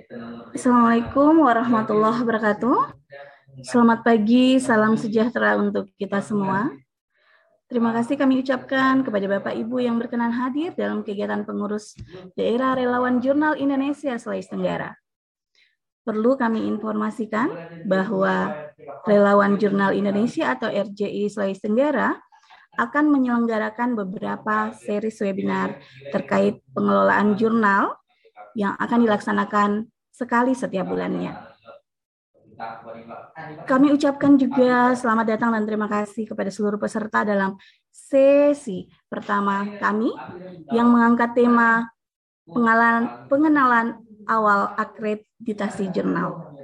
Assalamualaikum warahmatullahi wabarakatuh. Selamat pagi, salam sejahtera untuk kita semua. Terima kasih kami ucapkan kepada Bapak Ibu yang berkenan hadir dalam kegiatan pengurus daerah Relawan Jurnal Indonesia Sulawesi Tenggara. Perlu kami informasikan bahwa Relawan Jurnal Indonesia atau RJI Sulawesi Tenggara akan menyelenggarakan beberapa series webinar terkait pengelolaan jurnal yang akan dilaksanakan sekali setiap bulannya. Kami ucapkan juga selamat datang dan terima kasih kepada seluruh peserta dalam sesi pertama kami yang mengangkat tema pengenalan awal akreditasi jurnal.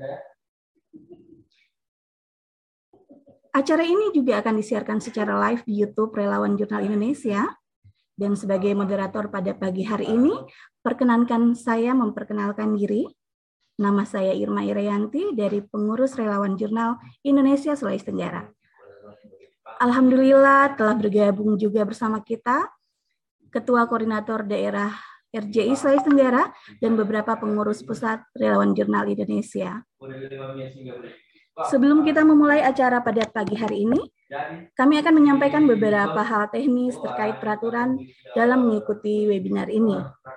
Acara ini juga akan disiarkan secara live di YouTube Relawan Jurnal Indonesia. Dan sebagai moderator pada pagi hari ini, perkenankan saya memperkenalkan diri. Nama saya Irma Irayanti dari pengurus Relawan Jurnal Indonesia Sulawesi Tenggara. Alhamdulillah telah bergabung juga bersama kita Ketua Koordinator Daerah RJI Sulawesi Tenggara dan beberapa pengurus pusat Relawan Jurnal Indonesia. Sebelum kita memulai acara pada pagi hari ini, kami akan menyampaikan beberapa hal teknis terkait peraturan dalam mengikuti webinar ini.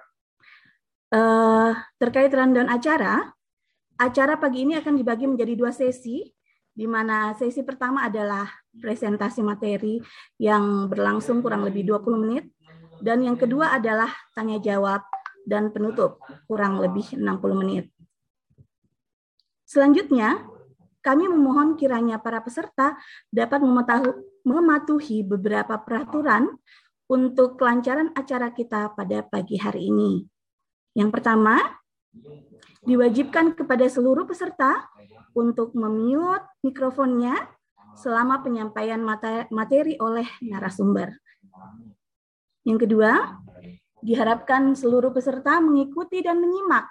Terkait rundown acara pagi ini akan dibagi menjadi 2 sesi, di mana sesi pertama adalah presentasi materi yang berlangsung kurang lebih 20 menit, dan yang kedua adalah tanya jawab dan penutup kurang lebih 60 menit. Selanjutnya, kami memohon kiranya para peserta dapat mematuhi beberapa peraturan untuk kelancaran acara kita pada pagi hari ini. Yang pertama, diwajibkan kepada seluruh peserta untuk memute mikrofonnya selama penyampaian materi oleh narasumber. Yang kedua, diharapkan seluruh peserta mengikuti dan menyimak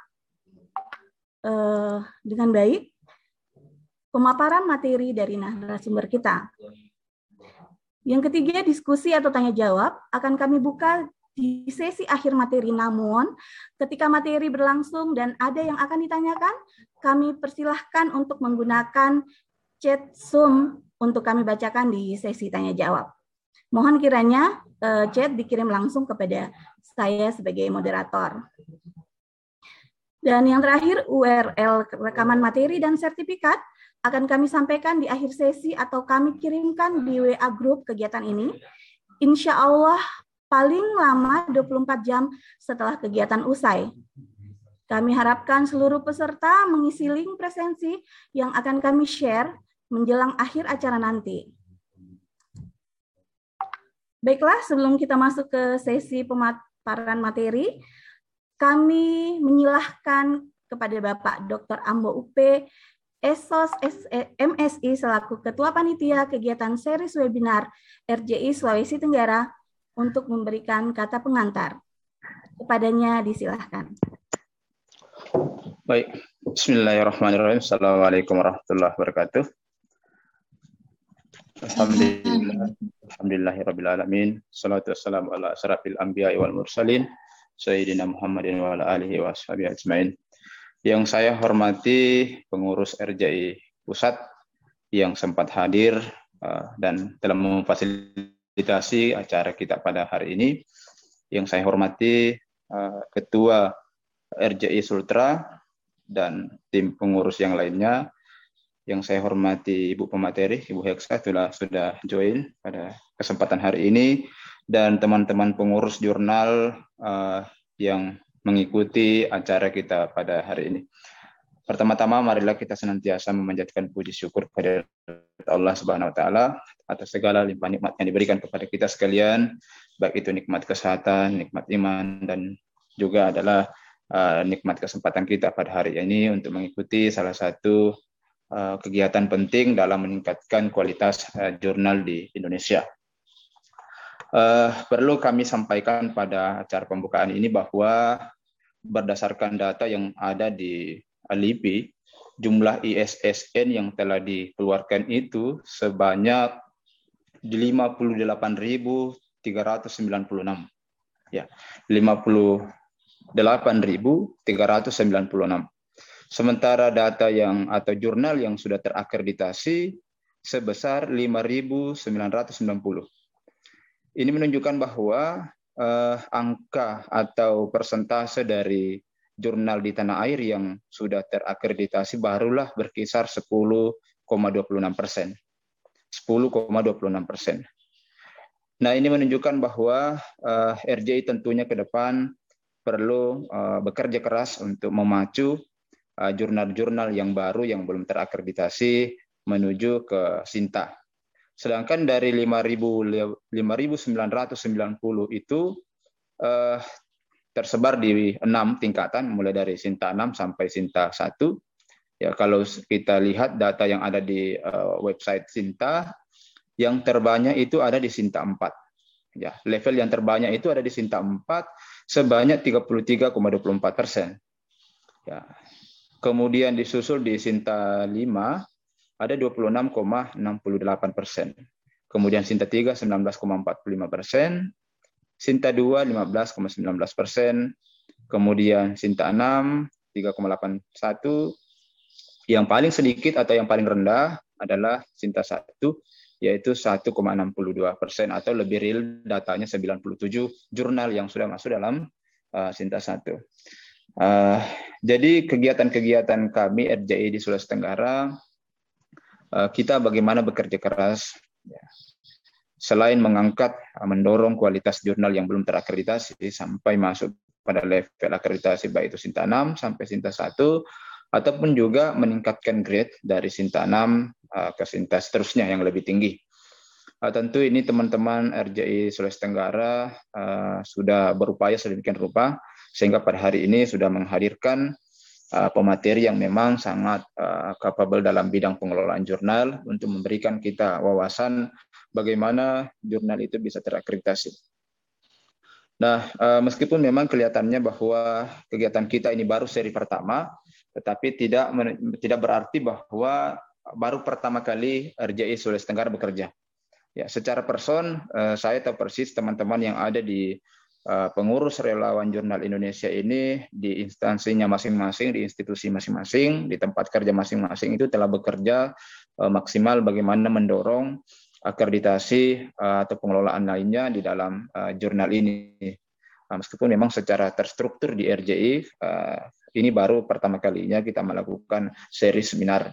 dengan baik pemaparan materi dari narasumber kita. Yang ketiga, diskusi atau tanya jawab akan kami buka di sesi akhir materi. Namun, ketika materi berlangsung dan ada yang akan ditanyakan, kami persilahkan untuk menggunakan chat Zoom untuk kami bacakan di sesi tanya jawab. Mohon kiranya chat dikirim langsung kepada saya sebagai moderator. Dan yang terakhir, URL rekaman materi dan sertifikat akan kami sampaikan di akhir sesi atau kami kirimkan di WA grup kegiatan ini. Insya Allah paling lama 24 jam setelah kegiatan usai. Kami harapkan seluruh peserta mengisi link presensi yang akan kami share menjelang akhir acara nanti. Baiklah, sebelum kita masuk ke sesi pemaparan materi, kami menyilahkan kepada Bapak Dr. Ambo UP, Esos MSI selaku Ketua Panitia Kegiatan Series Webinar RJI Sulawesi Tenggara untuk memberikan kata pengantar. Kepadanya disilahkan. Baik, Bismillahirrahmanirrahim. Assalamualaikum warahmatullahi wabarakatuh. Alhamdulillahirrabbilalamin. Salatu wassalamu ala asrafil anbiya'i wal mursalin Sayyidina Muhammadin wa ala alihi wa ashabihi ajma'in. Yang saya hormati pengurus RJI Pusat yang sempat hadir dan telah memfasilitasi acara kita pada hari ini. Yang saya hormati Ketua RJI Sultra dan tim pengurus yang lainnya. Yang saya hormati Ibu Pemateri, Ibu Heksa sudah join pada kesempatan hari ini, dan teman-teman pengurus jurnal yang mengikuti acara kita pada hari ini. Pertama-tama marilah kita senantiasa memanjatkan puji syukur kepada Allah Subhanahu wa taala atas segala limpah nikmat yang diberikan kepada kita sekalian, baik itu nikmat kesehatan, nikmat iman, dan juga adalah nikmat kesempatan kita pada hari ini untuk mengikuti salah satu kegiatan penting dalam meningkatkan kualitas jurnal di Indonesia. Perlu kami sampaikan pada acara pembukaan ini bahwa berdasarkan data yang ada di LIPI, jumlah ISSN yang telah dikeluarkan itu sebanyak 58.396. Ya, 58.396. Sementara data atau jurnal yang sudah terakreditasi sebesar 5.990. Ini menunjukkan bahwa angka atau persentase dari jurnal di tanah air yang sudah terakreditasi barulah berkisar 10,26%. 10,26%. Nah, ini menunjukkan bahwa RJI tentunya ke depan perlu bekerja keras untuk memacu jurnal-jurnal yang baru yang belum terakreditasi menuju ke Sinta. Sedangkan dari 5.990 itu tersebar di 6 tingkatan, mulai dari Sinta 6 sampai Sinta 1. Ya, kalau kita lihat data yang ada di website Sinta, yang terbanyak itu ada di Sinta 4. Ya, level yang terbanyak itu ada di Sinta 4 sebanyak 33,24%. Ya. Kemudian disusul di Sinta 5 ada 26,68%. Kemudian Sinta 3 19,45%, Sinta 2 15,19%, kemudian Sinta 6 3,81%. Yang paling sedikit atau yang paling rendah adalah Sinta 1, yaitu 1,62%, atau lebih real datanya 97 jurnal yang sudah masuk dalam Sinta 1. Jadi kegiatan-kegiatan kami RJI di Sulawesi Tenggara, kita bagaimana bekerja keras, ya, selain mendorong kualitas jurnal yang belum terakreditasi sampai masuk pada level akreditasi baik itu Sinta 6 sampai Sinta 1, ataupun juga meningkatkan grade dari Sinta 6 ke Sinta seterusnya yang lebih tinggi. Tentu ini teman-teman RJI Sulawesi Tenggara sudah berupaya sedemikian rupa sehingga pada hari ini sudah menghadirkan pemateri yang memang sangat capable dalam bidang pengelolaan jurnal untuk memberikan kita wawasan bagaimana jurnal itu bisa terakreditasi. Nah, meskipun memang kelihatannya bahwa kegiatan kita ini baru seri pertama, tetapi tidak berarti bahwa baru pertama kali RJI Sulawesi Tenggara bekerja. Ya, secara person, saya tahu persis teman-teman yang ada di pengurus relawan jurnal Indonesia ini di instansinya masing-masing, di institusi masing-masing, di tempat kerja masing-masing itu telah bekerja maksimal bagaimana mendorong akreditasi atau pengelolaan lainnya di dalam jurnal ini. Meskipun memang secara terstruktur di RJI, ini baru pertama kalinya kita melakukan seri seminar.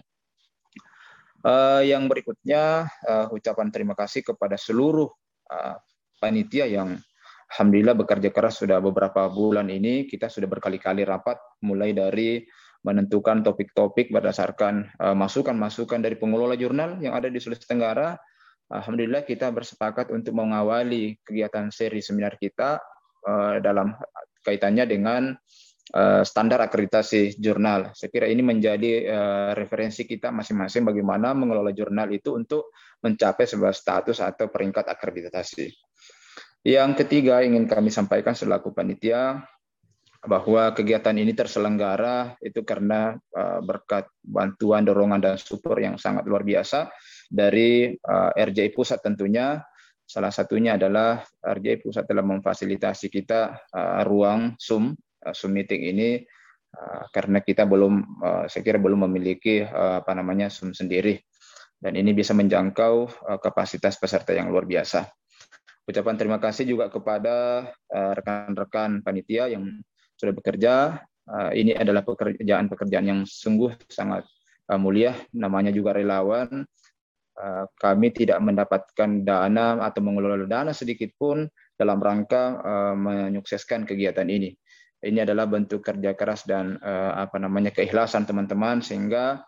Yang berikutnya, ucapan terima kasih kepada seluruh panitia yang alhamdulillah bekerja keras sudah beberapa bulan ini. Kita sudah berkali-kali rapat, mulai dari menentukan topik-topik berdasarkan masukan-masukan dari pengelola jurnal yang ada di Sulawesi Tenggara. Alhamdulillah kita bersepakat untuk mengawali kegiatan seri seminar kita dalam kaitannya dengan standar akreditasi jurnal. Saya kira ini menjadi referensi kita masing-masing bagaimana mengelola jurnal itu untuk mencapai sebuah status atau peringkat akreditasi. Yang ketiga ingin kami sampaikan selaku panitia bahwa kegiatan ini terselenggara itu karena berkat bantuan, dorongan, dan support yang sangat luar biasa dari RJI Pusat tentunya. Salah satunya adalah RJI Pusat telah memfasilitasi kita ruang Zoom meeting ini karena kita saya kira belum memiliki Zoom sendiri, dan ini bisa menjangkau kapasitas peserta yang luar biasa. Ucapan terima kasih juga kepada rekan-rekan panitia yang sudah bekerja. Ini adalah pekerjaan yang sungguh sangat mulia, namanya juga relawan. Kami tidak mendapatkan dana atau mengelola dana sedikit pun dalam rangka menyukseskan kegiatan ini. Ini adalah bentuk kerja keras dan keikhlasan teman-teman sehingga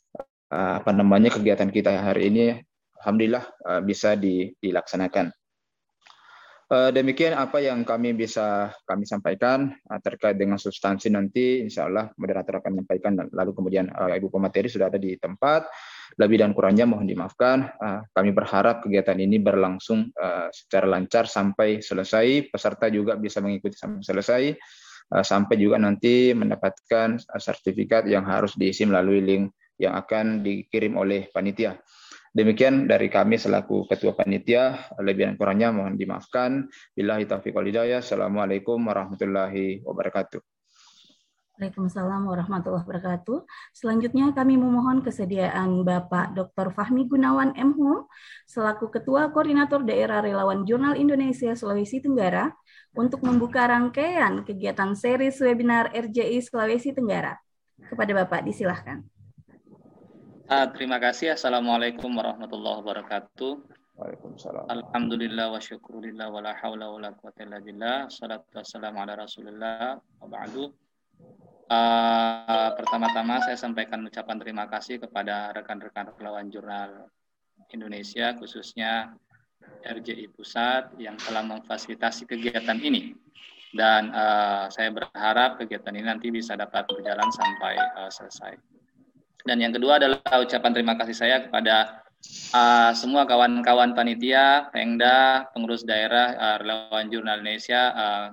kegiatan kita hari ini alhamdulillah bisa dilaksanakan. Demikian apa yang kami sampaikan terkait dengan substansi. Nanti insya Allah moderator akan menyampaikan, dan lalu kemudian Ibu pemateri sudah ada di tempat. Lebih dan kurangnya mohon dimaafkan. Kami berharap kegiatan ini berlangsung secara lancar sampai selesai. Peserta juga bisa mengikuti sampai selesai, sampai juga nanti mendapatkan sertifikat yang harus diisi melalui link yang akan dikirim oleh panitia. Demikian dari kami selaku Ketua Panitia, lebih dan kurangnya mohon dimaafkan. Billahi taufiq wal hidayah. Assalamualaikum warahmatullahi wabarakatuh. Waalaikumsalam warahmatullahi wabarakatuh. Selanjutnya kami memohon kesediaan Bapak Dr. Fahmi Gunawan M.Hum selaku Ketua Koordinator Daerah Relawan Jurnal Indonesia Sulawesi Tenggara untuk membuka rangkaian kegiatan series webinar RJI Sulawesi Tenggara. Kepada Bapak disilahkan. Terima kasih. Assalamualaikum warahmatullahi wabarakatuh. Waalaikumsalam. Alhamdulillah wa syukurillah wa la hawla wa la quwwata illa billah. Salatu wassalamu ala Rasulillah wa ba'du. Pertama-tama saya sampaikan ucapan terima kasih kepada rekan-rekan relawan Jurnal Indonesia, khususnya RJI Pusat yang telah memfasilitasi kegiatan ini. Dan saya berharap kegiatan ini nanti bisa dapat berjalan sampai selesai. Dan yang kedua adalah ucapan terima kasih saya kepada semua kawan-kawan panitia, Pengda, pengurus daerah, relawan Jurnal Indonesia,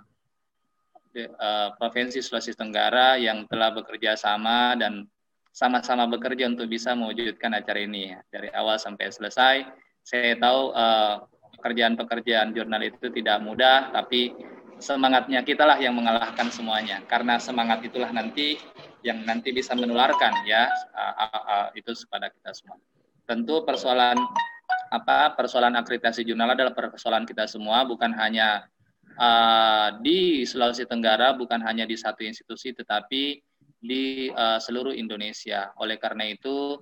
Provinsi Sulawesi Tenggara yang telah bekerja sama dan sama-sama bekerja untuk bisa mewujudkan acara ini dari awal sampai selesai. Saya tahu pekerjaan-pekerjaan jurnal itu tidak mudah, tapi semangatnya kitalah yang mengalahkan semuanya. Karena semangat itulah nanti yang nanti bisa menularkan ya itu kepada kita semua. Tentu persoalan akreditasi jurnal adalah persoalan kita semua, bukan hanya di Sulawesi Tenggara, bukan hanya di satu institusi, tetapi di seluruh Indonesia. Oleh karena itu,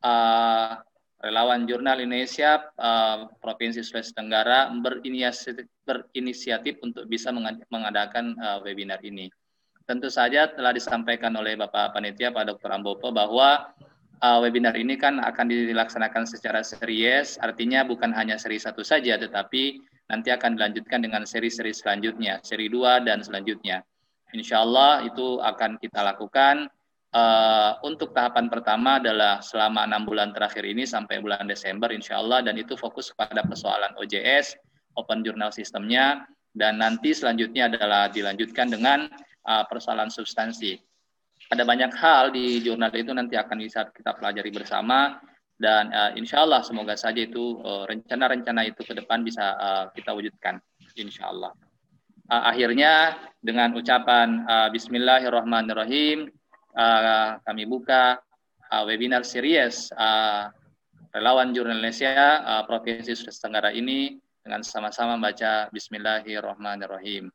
relawan Jurnal Indonesia Provinsi Sulawesi Tenggara berinisiatif untuk bisa mengadakan webinar ini. Tentu saja telah disampaikan oleh Bapak Panitia, Pak Dr. Ambopo, bahwa webinar ini kan akan dilaksanakan secara series, artinya bukan hanya seri 1 saja, tetapi nanti akan dilanjutkan dengan seri-seri selanjutnya, seri 2 dan selanjutnya. Insya Allah itu akan kita lakukan. Untuk tahapan pertama adalah selama 6 bulan terakhir ini sampai bulan Desember insya Allah, dan itu fokus pada persoalan OJS, Open Journal System-nya, dan nanti selanjutnya adalah dilanjutkan dengan persoalan substansi. Ada banyak hal di jurnal itu nanti akan bisa kita pelajari bersama, dan insya Allah semoga saja itu rencana-rencana itu ke depan bisa kita wujudkan insya Allah. Akhirnya dengan ucapan Bismillahirrahmanirrahim, kami buka webinar series relawan Jurnal Indonesia Provinsi Sulawesi Tenggara ini dengan sama-sama membaca Bismillahirrahmanirrahim.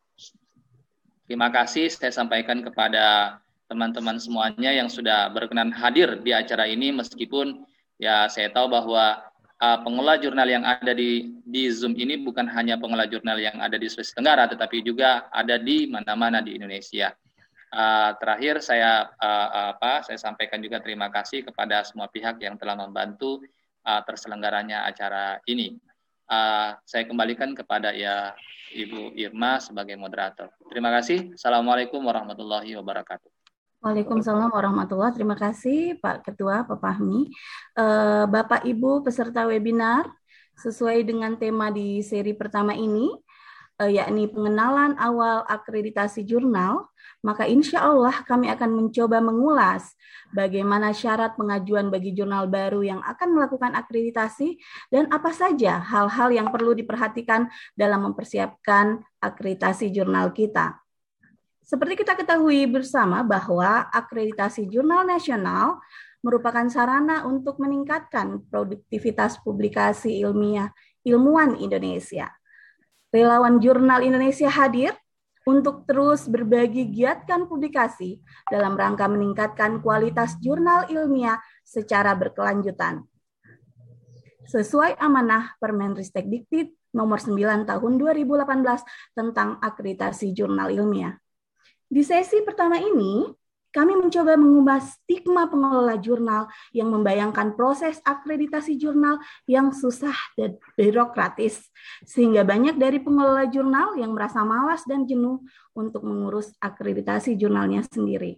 Terima kasih saya sampaikan kepada teman-teman semuanya yang sudah berkenan hadir di acara ini, meskipun ya saya tahu bahwa pengelola jurnal yang ada di Zoom ini bukan hanya pengelola jurnal yang ada di Sulawesi Tenggara, tetapi juga ada di mana-mana di Indonesia. Terakhir saya sampaikan juga terima kasih kepada semua pihak yang telah membantu terselenggaranya acara ini. Saya kembalikan kepada Ibu Irma sebagai moderator. Terima kasih. Assalamualaikum warahmatullahi wabarakatuh. Waalaikumsalam warahmatullahi wabarakatuh. Terima kasih Pak Ketua, Pak Fahmi. Bapak Ibu peserta webinar, sesuai dengan tema di seri pertama ini, yakni pengenalan awal akreditasi jurnal, maka insya Allah kami akan mencoba mengulas bagaimana syarat pengajuan bagi jurnal baru yang akan melakukan akreditasi dan apa saja hal-hal yang perlu diperhatikan dalam mempersiapkan akreditasi jurnal kita. Seperti kita ketahui bersama bahwa akreditasi jurnal nasional merupakan sarana untuk meningkatkan produktivitas publikasi ilmuwan Indonesia. Relawan Jurnal Indonesia hadir untuk terus berbagi giatkan publikasi dalam rangka meningkatkan kualitas jurnal ilmiah secara berkelanjutan. Sesuai amanah Permenristek Dikti nomor 9 tahun 2018 tentang akreditasi jurnal ilmiah. Di sesi pertama ini, kami mencoba mengubah stigma pengelola jurnal yang membayangkan proses akreditasi jurnal yang susah dan birokratis, sehingga banyak dari pengelola jurnal yang merasa malas dan jenuh untuk mengurus akreditasi jurnalnya sendiri.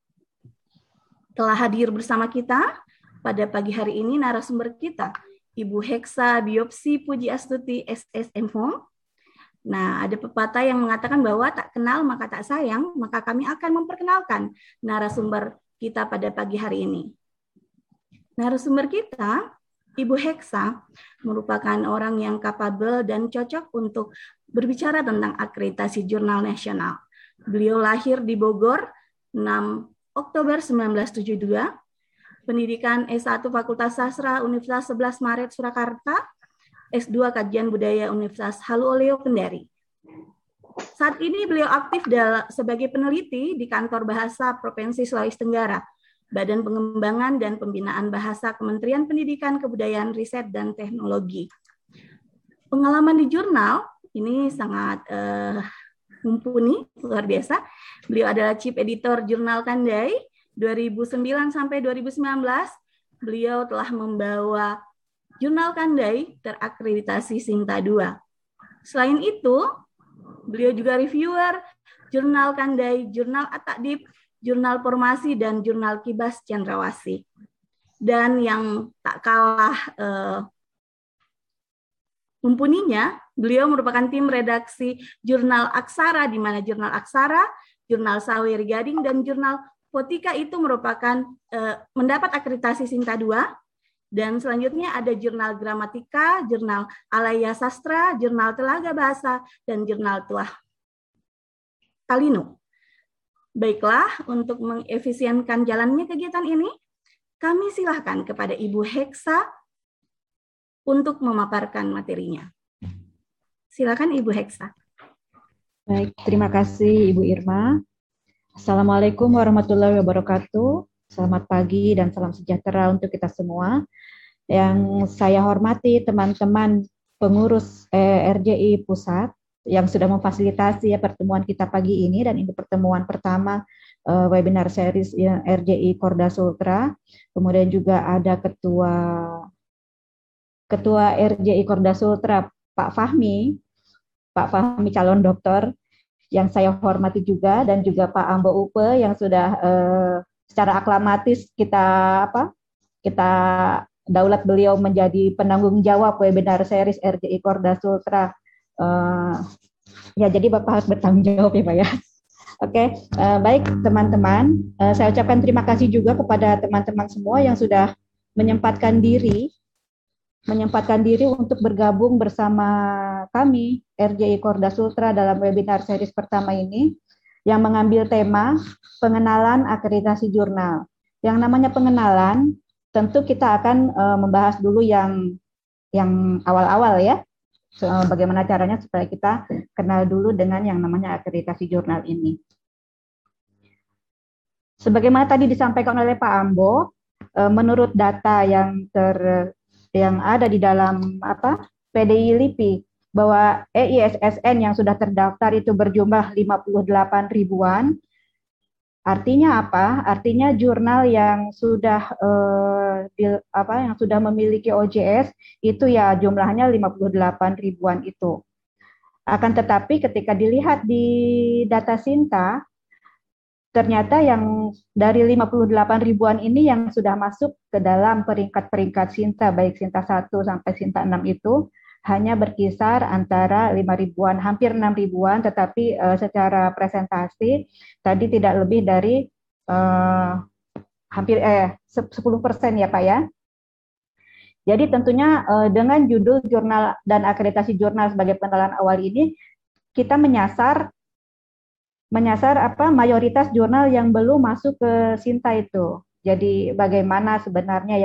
Telah hadir bersama kita pada pagi hari ini narasumber kita, Ibu Heksa Biopsi Pujiastuti SSM. Nah, ada pepatah yang mengatakan bahwa tak kenal maka tak sayang, maka kami akan memperkenalkan narasumber kita pada pagi hari ini. Narasumber kita, Ibu Heksa, merupakan orang yang kapabel dan cocok untuk berbicara tentang akreditasi jurnal nasional. Beliau lahir di Bogor 6 Oktober 1972, pendidikan S1 Fakultas Sastra Universitas 11 Maret Surakarta, S2 Kajian Budaya Universitas Haluoleo Kendari. Saat ini beliau aktif sebagai peneliti di Kantor Bahasa Provinsi Sulawesi Tenggara, Badan Pengembangan dan Pembinaan Bahasa Kementerian Pendidikan, Kebudayaan, Riset, dan Teknologi. Pengalaman di jurnal ini sangat mumpuni, luar biasa. Beliau adalah Chief Editor Jurnal Kandai 2009 sampai 2019. Beliau telah membawa Jurnal Kandai terakreditasi Sinta 2. Selain itu, beliau juga reviewer Jurnal Kandai, Jurnal At-Ta'dib, Jurnal Formasi, dan Jurnal Kibas Cendrawasih. Dan yang tak kalah mumpuninya, beliau merupakan tim redaksi Jurnal Aksara, di mana Jurnal Aksara, Jurnal Sawer Gading, dan Jurnal Potika itu merupakan mendapat akreditasi Sinta 2. Dan selanjutnya ada Jurnal Gramatika, Jurnal Alaya Sastra, Jurnal Telaga Bahasa, dan Jurnal Tuah Talino. Baiklah, untuk mengefisienkan jalannya kegiatan ini, kami silahkan kepada Ibu Heksa untuk memaparkan materinya. Silakan Ibu Heksa. Baik, terima kasih Ibu Irma. Assalamualaikum warahmatullahi wabarakatuh. Selamat pagi dan salam sejahtera untuk kita semua. Yang saya hormati teman-teman pengurus RJI Pusat yang sudah memfasilitasi pertemuan kita pagi ini, dan ini pertemuan pertama webinar series RJI Korda Sultra. Kemudian juga ada Ketua RJI Korda Sultra, Pak Fahmi calon doktor yang saya hormati juga, dan juga Pak Ambo Upe yang sudah secara aklamatis kita daulat beliau menjadi penanggung jawab webinar series RJI Korda Sultra. Ya, jadi Bapak harus bertanggung jawab ya Pak ya. Oke, baik teman-teman, saya ucapkan terima kasih juga kepada teman-teman semua yang sudah menyempatkan diri untuk bergabung bersama kami RJI Korda Sultra dalam webinar series pertama ini yang mengambil tema pengenalan akreditasi jurnal. Yang namanya pengenalan, tentu kita akan membahas dulu yang awal-awal ya. Bagaimana caranya supaya kita kenal dulu dengan yang namanya akreditasi jurnal ini. Sebagaimana tadi disampaikan oleh Pak Ambo, menurut data yang ada di dalam PDI LIPI, bahwa EISSN yang sudah terdaftar itu berjumlah 58 ribuan. Artinya apa? Artinya jurnal yang sudah yang sudah memiliki OJS itu ya jumlahnya 58 ribuan itu. Akan tetapi ketika dilihat di data Sinta, ternyata yang dari 58 ribuan ini yang sudah masuk ke dalam peringkat-peringkat Sinta, baik Sinta 1 sampai Sinta 6 itu hanya berkisar antara 5 ribuan, hampir 6 ribuan, tetapi secara presentasi tadi tidak lebih dari hampir 10% ya Pak ya. Jadi tentunya dengan judul jurnal dan akreditasi jurnal sebagai pengenalan awal ini, kita menyasar mayoritas jurnal yang belum masuk ke Sinta itu. Jadi bagaimana sebenarnya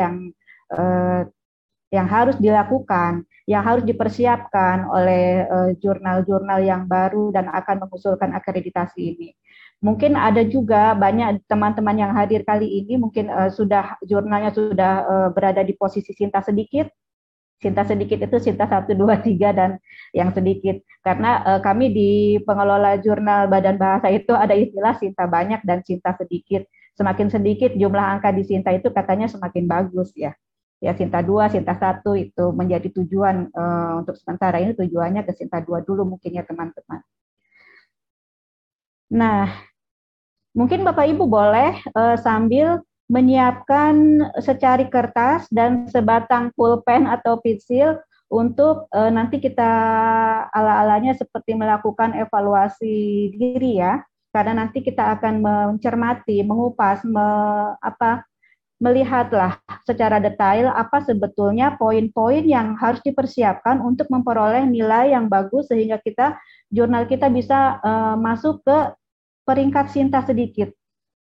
yang harus dilakukan, yang harus dipersiapkan oleh jurnal-jurnal yang baru dan akan mengusulkan akreditasi ini. Mungkin ada juga banyak teman-teman yang hadir kali ini mungkin jurnalnya sudah berada di posisi Sinta sedikit. Sinta sedikit itu Sinta 1, 2, 3 dan yang sedikit. Karena kami di pengelola jurnal Badan Bahasa itu ada istilah Sinta banyak dan Sinta sedikit. Semakin sedikit jumlah angka di Sinta itu katanya semakin bagus ya. Ya Sinta 2, Sinta 1 itu menjadi tujuan untuk sementara ini, tujuannya ke Sinta 2 dulu mungkin ya teman-teman. Nah, mungkin Bapak Ibu boleh sambil menyiapkan secari kertas dan sebatang pulpen atau pensil untuk nanti kita ala-alanya seperti melakukan evaluasi diri ya. Karena nanti kita akan mencermati, mengupas, melihatlah secara detail apa sebetulnya poin-poin yang harus dipersiapkan untuk memperoleh nilai yang bagus sehingga jurnal kita bisa masuk ke peringkat Sinta sedikit.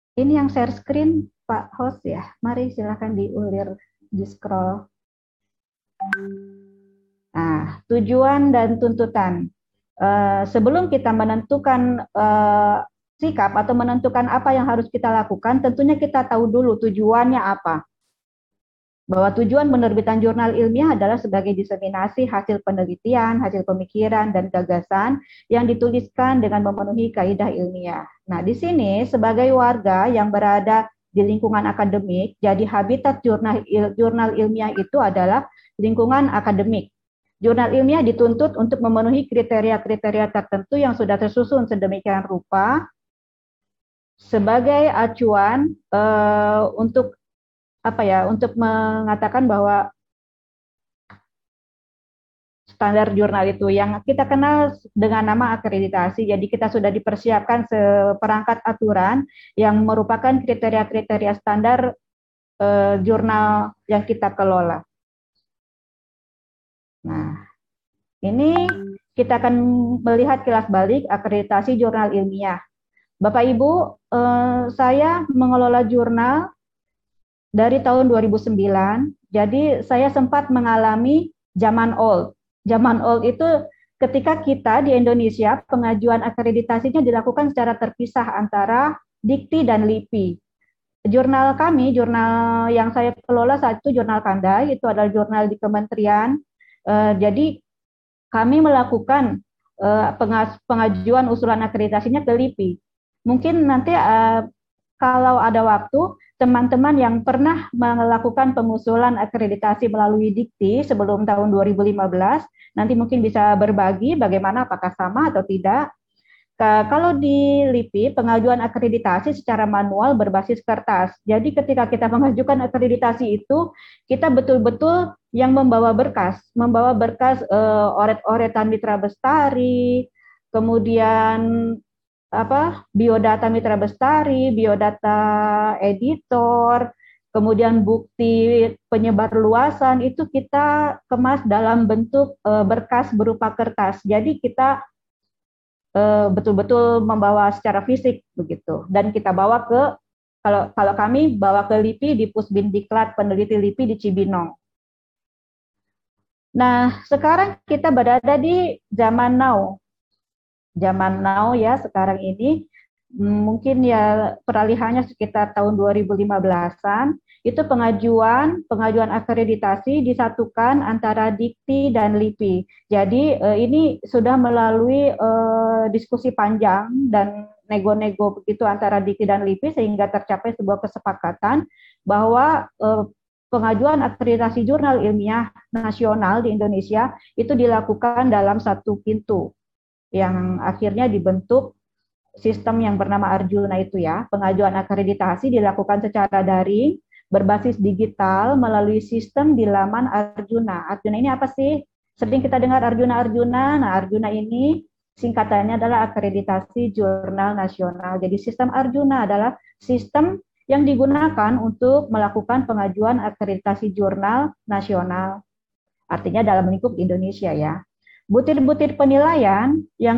Ini yang share screen Pak Host ya. Mari silakan diulir, di scroll. Nah, tujuan dan tuntutan. Sebelum kita menentukan sikap atau menentukan apa yang harus kita lakukan, tentunya kita tahu dulu tujuannya apa. Bahwa tujuan penerbitan jurnal ilmiah adalah sebagai diseminasi hasil penelitian, hasil pemikiran, dan gagasan yang dituliskan dengan memenuhi kaidah ilmiah. Nah, di sini sebagai warga yang berada di lingkungan akademik, jadi habitat jurnal ilmiah itu adalah lingkungan akademik. Jurnal ilmiah dituntut untuk memenuhi kriteria-kriteria tertentu yang sudah tersusun sedemikian rupa sebagai acuan untuk untuk mengatakan bahwa standar jurnal itu yang kita kenal dengan nama akreditasi. Jadi kita sudah dipersiapkan seperangkat aturan yang merupakan kriteria-kriteria standar jurnal yang kita kelola. Nah, ini kita akan melihat kilas balik akreditasi jurnal ilmiah. Bapak Ibu, saya mengelola jurnal dari tahun 2009, jadi saya sempat mengalami zaman old. Zaman old itu ketika kita di Indonesia, pengajuan akreditasinya dilakukan secara terpisah antara Dikti dan LIPI. Jurnal kami, jurnal yang saya kelola saat itu jurnal Kandai, itu adalah jurnal di kementerian. Jadi kami melakukan pengajuan usulan akreditasinya ke LIPI. Mungkin nanti kalau ada waktu, teman-teman yang pernah melakukan pengusulan akreditasi melalui Dikti sebelum tahun 2015, nanti mungkin bisa berbagi bagaimana, apakah sama atau tidak. Kalau di LIPI, pengajuan akreditasi secara manual berbasis kertas. Jadi ketika kita mengajukan akreditasi itu, kita betul-betul yang membawa berkas oret-oretan Mitra Bestari, kemudian biodata Mitra Bestari, biodata editor, kemudian bukti penyebar luasan itu kita kemas dalam bentuk berkas berupa kertas. Jadi kita betul-betul membawa secara fisik begitu, dan kita bawa ke kalau kami bawa ke LIPI di Pusbindiklat Peneliti LIPI di Cibinong. Nah, sekarang kita berada di zaman now. Zaman now ya, sekarang ini mungkin ya peralihannya sekitar tahun 2015-an, itu pengajuan akreditasi disatukan antara Dikti dan LIPI. Jadi ini sudah melalui diskusi panjang dan nego-nego begitu antara Dikti dan LIPI sehingga tercapai sebuah kesepakatan bahwa pengajuan akreditasi jurnal ilmiah nasional di Indonesia itu dilakukan dalam satu pintu yang akhirnya dibentuk sistem yang bernama Arjuna itu ya. Pengajuan akreditasi dilakukan secara daring, berbasis digital melalui sistem di laman Arjuna. Arjuna ini apa sih? Sering kita dengar Arjuna. Nah, Arjuna ini singkatannya adalah akreditasi jurnal nasional. Jadi sistem Arjuna adalah sistem yang digunakan untuk melakukan pengajuan akreditasi jurnal nasional. Artinya dalam lingkup Indonesia ya. Butir-butir penilaian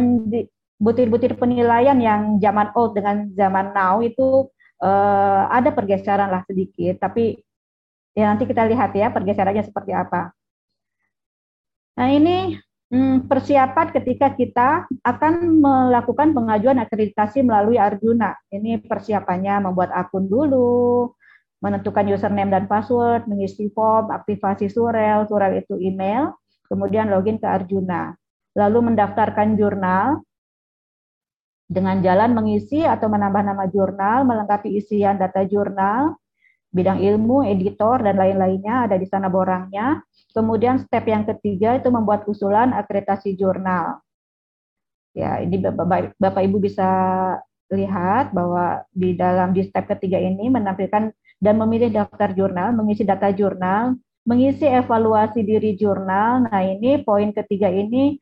yang zaman old dengan zaman now itu ada pergeseran lah sedikit, tapi ya nanti kita lihat ya pergeserannya seperti apa. Nah ini persiapan ketika kita akan melakukan pengajuan akreditasi melalui Arjuna. Ini persiapannya membuat akun dulu, menentukan username dan password, mengisi form, aktivasi surel itu email, kemudian login ke Arjuna. Lalu mendaftarkan jurnal dengan jalan mengisi atau menambah nama jurnal, melengkapi isian data jurnal, bidang ilmu, editor, dan lain-lainnya, ada di sana borangnya. Kemudian step yang ketiga itu membuat usulan akreditasi jurnal. Ya, ini Bapak Ibu bisa lihat bahwa di step ketiga ini menampilkan dan memilih daftar jurnal, mengisi data jurnal, mengisi evaluasi diri jurnal. Nah ini poin ketiga ini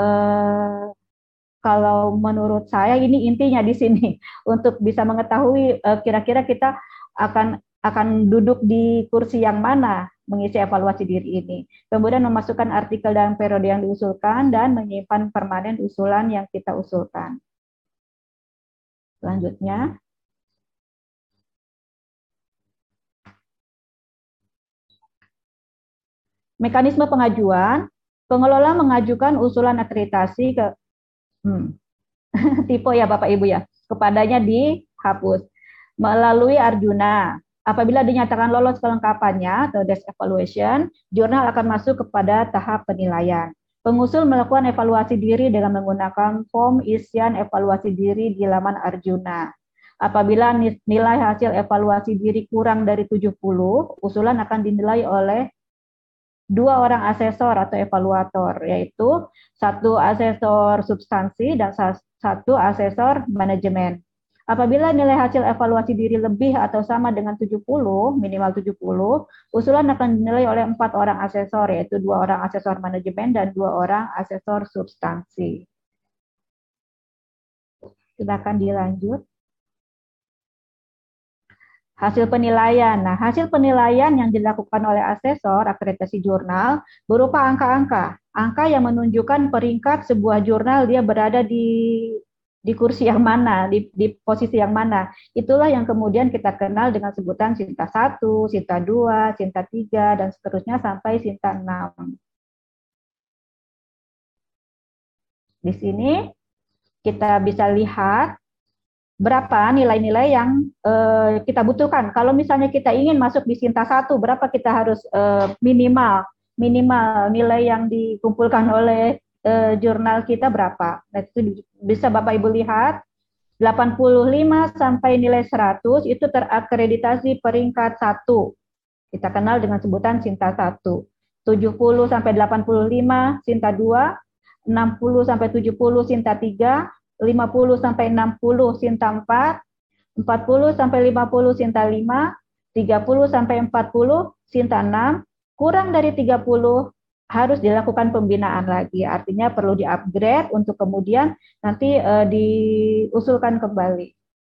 kalau menurut saya ini intinya di sini untuk bisa mengetahui kira-kira kita akan duduk di kursi yang mana mengisi evaluasi diri ini. Kemudian memasukkan artikel dan periode yang diusulkan dan menyimpan permanen usulan yang kita usulkan. Selanjutnya. Mekanisme pengajuan, pengelola mengajukan usulan akreditasi ke tipe ya Bapak Ibu ya, kepadanya dihapus melalui Arjuna. Apabila dinyatakan lolos kelengkapannya atau desk evaluation, jurnal akan masuk kepada tahap penilaian. Pengusul melakukan evaluasi diri dengan menggunakan form isian evaluasi diri di laman Arjuna. Apabila nilai hasil evaluasi diri kurang dari 70, usulan akan dinilai oleh 2 orang asesor atau evaluator, yaitu 1 asesor substansi dan 1 asesor manajemen. Apabila nilai hasil evaluasi diri lebih atau sama dengan 70, minimal 70, usulan akan dinilai oleh 4 orang asesor, yaitu 2 orang asesor manajemen dan 2 orang asesor substansi. Silakan dilanjut. Hasil penilaian. Nah, hasil penilaian yang dilakukan oleh asesor akreditasi jurnal berupa angka-angka. Angka yang menunjukkan peringkat sebuah jurnal dia berada di kursi yang mana, di posisi yang mana. Itulah yang kemudian kita kenal dengan sebutan Sinta 1, Sinta 2, Sinta 3, dan seterusnya sampai Sinta 6. Di sini kita bisa lihat berapa nilai-nilai yang kita butuhkan. Kalau misalnya kita ingin masuk di Sinta 1, berapa kita harus minimal nilai yang dikumpulkan oleh jurnal kita berapa. Nah, itu bisa Bapak Ibu lihat, 85 sampai nilai 100 itu terakreditasi peringkat 1. Kita kenal dengan sebutan Sinta 1. 70 sampai 85 Sinta 2, 60 sampai 70 Sinta 3, 50 sampai 60 Sinta 4, 40 sampai 50 Sinta 5, 30 sampai 40 Sinta 6, kurang dari 30 harus dilakukan pembinaan lagi. Artinya perlu di-upgrade untuk kemudian nanti diusulkan kembali.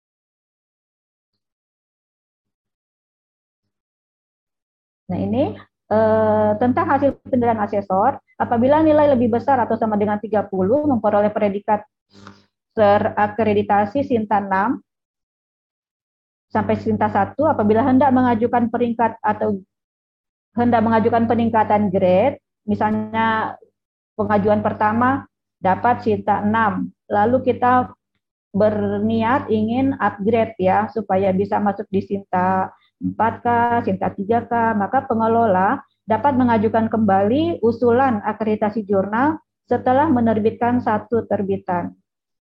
Nah, ini tentang hasil penilaian asesor. Apabila nilai lebih besar atau sama dengan 30, memperoleh predikat terakreditasi Sinta 6 sampai Sinta 1. Apabila hendak mengajukan peringkat atau hendak mengajukan peningkatan grade, misalnya pengajuan pertama dapat Sinta 6, lalu kita berniat ingin upgrade ya, supaya bisa masuk di Sinta 4K, Sinta 3K, maka pengelola dapat mengajukan kembali usulan akreditasi jurnal setelah menerbitkan 1 terbitan.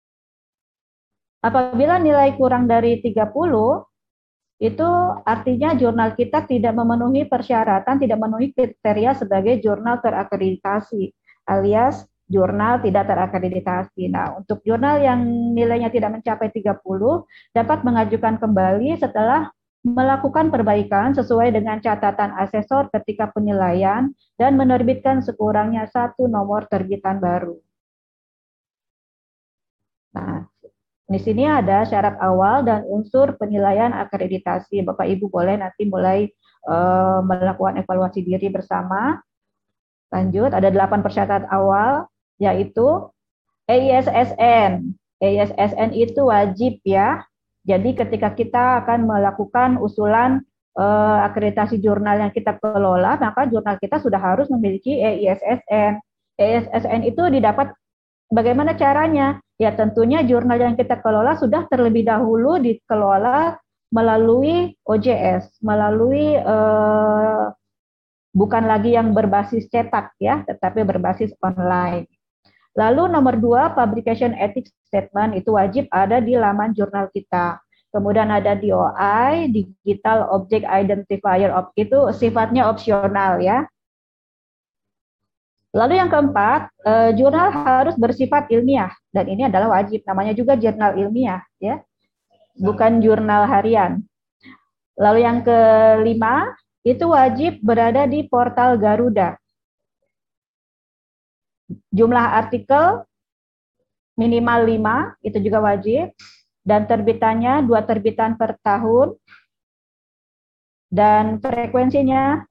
Apabila nilai kurang dari 30, itu artinya jurnal kita tidak memenuhi persyaratan, tidak memenuhi kriteria sebagai jurnal terakreditasi, alias jurnal tidak terakreditasi. Nah, untuk jurnal yang nilainya tidak mencapai 30, dapat mengajukan kembali setelah melakukan perbaikan sesuai dengan catatan asesor ketika penilaian dan menerbitkan sekurangnya 1 nomor terbitan baru. Nah, di sini ada syarat awal dan unsur penilaian akreditasi. Bapak Ibu boleh nanti mulai melakukan evaluasi diri bersama. Lanjut, ada 8 persyarat awal, yaitu EISSN. EISSN itu wajib ya. Jadi ketika kita akan melakukan usulan akreditasi jurnal yang kita kelola, maka jurnal kita sudah harus memiliki EISSN. EISSN itu didapat bagaimana caranya? Ya tentunya jurnal yang kita kelola sudah terlebih dahulu dikelola melalui OJS, melalui bukan lagi yang berbasis cetak ya, tetapi berbasis online. Lalu nomor 2, publication ethics statement itu wajib ada di laman jurnal kita. Kemudian ada DOI, Digital Object Identifier, itu sifatnya opsional ya. Lalu yang keempat, jurnal harus bersifat ilmiah, dan ini adalah wajib, namanya juga jurnal ilmiah ya, bukan jurnal harian. Lalu yang kelima, itu wajib berada di portal Garuda. Jumlah artikel minimal 5, itu juga wajib, dan terbitannya 2 terbitan per tahun, dan frekuensinya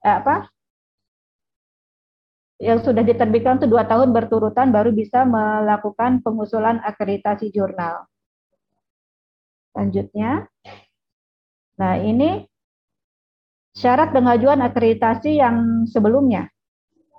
yang sudah diterbitkan itu 2 tahun berturutan baru bisa melakukan pengusulan akreditasi jurnal. Lanjutnya, nah ini syarat pengajuan akreditasi yang sebelumnya.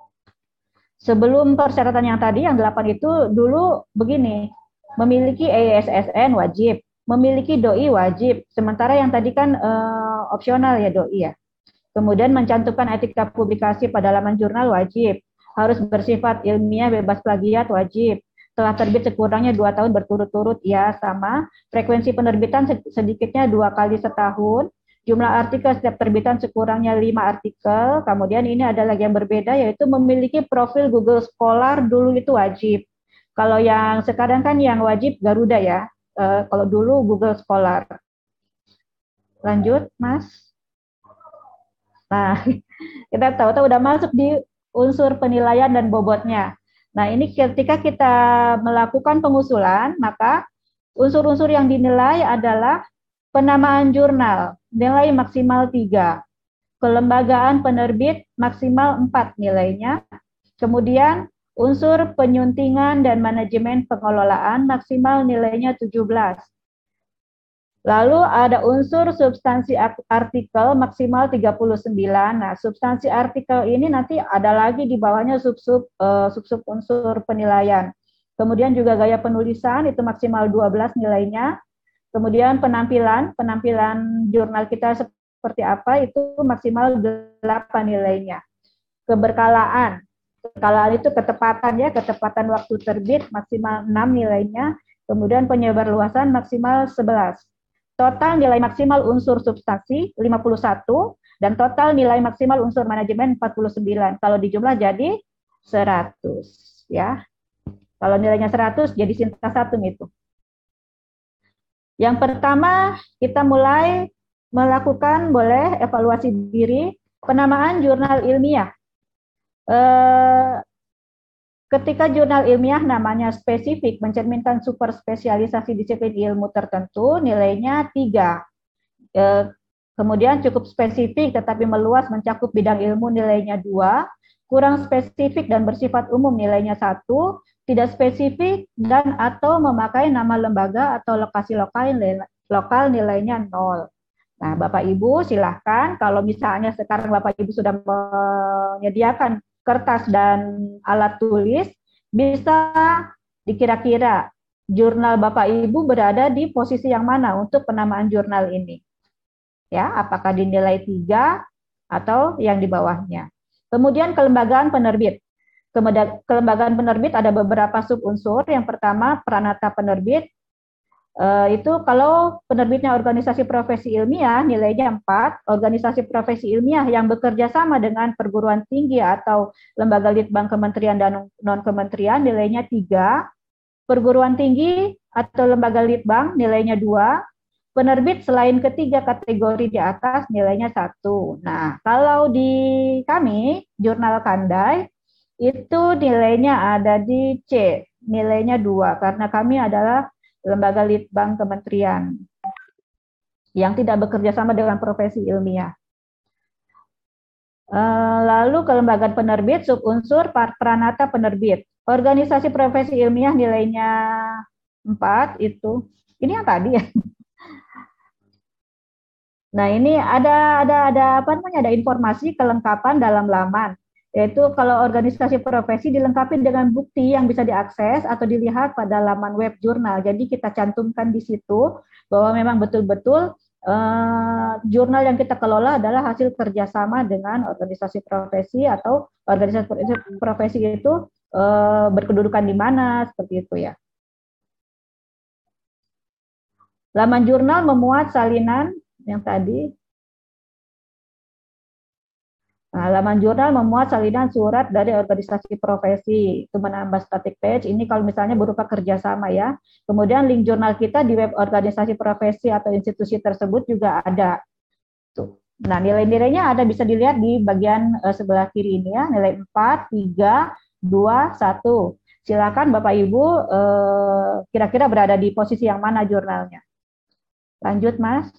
Sebelum persyaratan yang tadi, yang 8 itu dulu begini, memiliki EISSN wajib, memiliki DOI wajib, sementara yang tadi kan opsional ya DOI ya. Kemudian mencantumkan etika publikasi pada laman jurnal wajib, harus bersifat ilmiah bebas plagiat wajib, telah terbit sekurangnya 2 tahun berturut-turut ya sama, frekuensi penerbitan sedikitnya 2 kali setahun, jumlah artikel setiap terbitan sekurangnya 5 artikel. Kemudian ini ada lagi yang berbeda, yaitu memiliki profil Google Scholar dulu itu wajib. Kalau yang sekarang kan yang wajib Garuda ya. Kalau dulu Google Scholar. Lanjut, Mas. Nah, kita tahu-tahu udah masuk di unsur penilaian dan bobotnya. Nah, ini ketika kita melakukan pengusulan, maka unsur-unsur yang dinilai adalah penamaan jurnal, nilai maksimal 3. Kelembagaan penerbit maksimal 4 nilainya. Kemudian unsur penyuntingan dan manajemen pengelolaan maksimal nilainya 17. Lalu ada unsur substansi artikel maksimal 39. Nah, substansi artikel ini nanti ada lagi di bawahnya sub-sub unsur penilaian. Kemudian juga gaya penulisan itu maksimal 12 nilainya. Kemudian penampilan jurnal kita seperti apa itu maksimal 8 nilainya. Keberkalaan itu ketepatan waktu terbit maksimal 6 nilainya. Kemudian penyebarluasan maksimal 11. Total nilai maksimal unsur substansi 51 dan total nilai maksimal unsur manajemen 49. Kalau dijumlah jadi 100 ya. Kalau nilainya 100 jadi sintasatum itu. Yang pertama, kita mulai melakukan boleh evaluasi diri, penamaan jurnal ilmiah. Ketika jurnal ilmiah namanya spesifik, mencerminkan super spesialisasi disiplin ilmu tertentu, nilainya 3. Kemudian cukup spesifik tetapi meluas mencakup bidang ilmu, nilainya 2. Kurang spesifik dan bersifat umum, nilainya 1. Tidak spesifik dan atau memakai nama lembaga atau lokasi lokal nilainya 0. Nah, Bapak Ibu silahkan kalau misalnya sekarang Bapak Ibu sudah menyediakan kertas dan alat tulis, bisa dikira-kira jurnal Bapak Ibu berada di posisi yang mana untuk penamaan jurnal ini. Ya, apakah dinilai 3 atau yang di bawahnya. Kemudian kelembagaan penerbit. Kelembagaan penerbit ada beberapa sub-unsur. Yang pertama, Pranata penerbit. Itu kalau penerbitnya organisasi profesi ilmiah, nilainya 4. Organisasi profesi ilmiah yang bekerja sama dengan perguruan tinggi atau lembaga litbang kementerian dan non-kementerian, nilainya 3. Perguruan tinggi atau lembaga litbang, nilainya 2. Penerbit selain ketiga kategori di atas, nilainya 1. Nah, kalau di kami, Jurnal Kandai, itu nilainya ada di C, nilainya 2, karena kami adalah lembaga litbang kementerian yang tidak bekerja sama dengan profesi ilmiah. Lalu kelembagaan penerbit, subunsur Pranata penerbit. Organisasi profesi ilmiah nilainya 4 itu. Ini yang tadi ya. Nah, ini ada apa namanya? Ada informasi kelengkapan dalam laman. Yaitu kalau organisasi profesi dilengkapi dengan bukti yang bisa diakses atau dilihat pada laman web jurnal. Jadi kita cantumkan di situ bahwa memang betul-betul jurnal yang kita kelola adalah hasil kerjasama dengan organisasi profesi atau organisasi profesi itu berkedudukan di mana, seperti itu ya. Laman jurnal memuat salinan yang tadi. Nah, laman jurnal memuat salinan surat dari organisasi profesi, itu menambah static page. Ini kalau misalnya berupa kerjasama ya. Kemudian link jurnal kita di web organisasi profesi atau institusi tersebut juga ada. Tuh. Nah, nilai-nilainya ada bisa dilihat di bagian sebelah kiri ini ya, nilai 4, 3, 2, 1. Silakan Bapak Ibu kira-kira berada di posisi yang mana jurnalnya. Lanjut, Mas.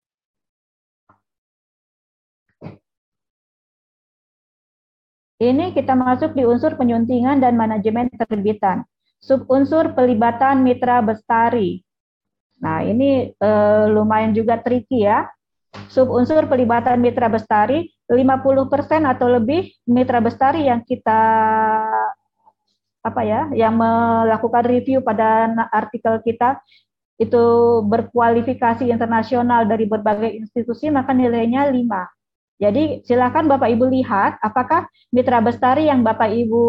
Ini kita masuk di unsur penyuntingan dan manajemen terbitan. Subunsur pelibatan mitra bestari. Nah, ini lumayan juga tricky ya. Subunsur pelibatan mitra bestari, 50% atau lebih mitra bestari yang kita yang melakukan review pada artikel kita itu berkualifikasi internasional dari berbagai institusi, maka nilainya 5. Jadi silakan Bapak Ibu lihat apakah mitra bestari yang Bapak Ibu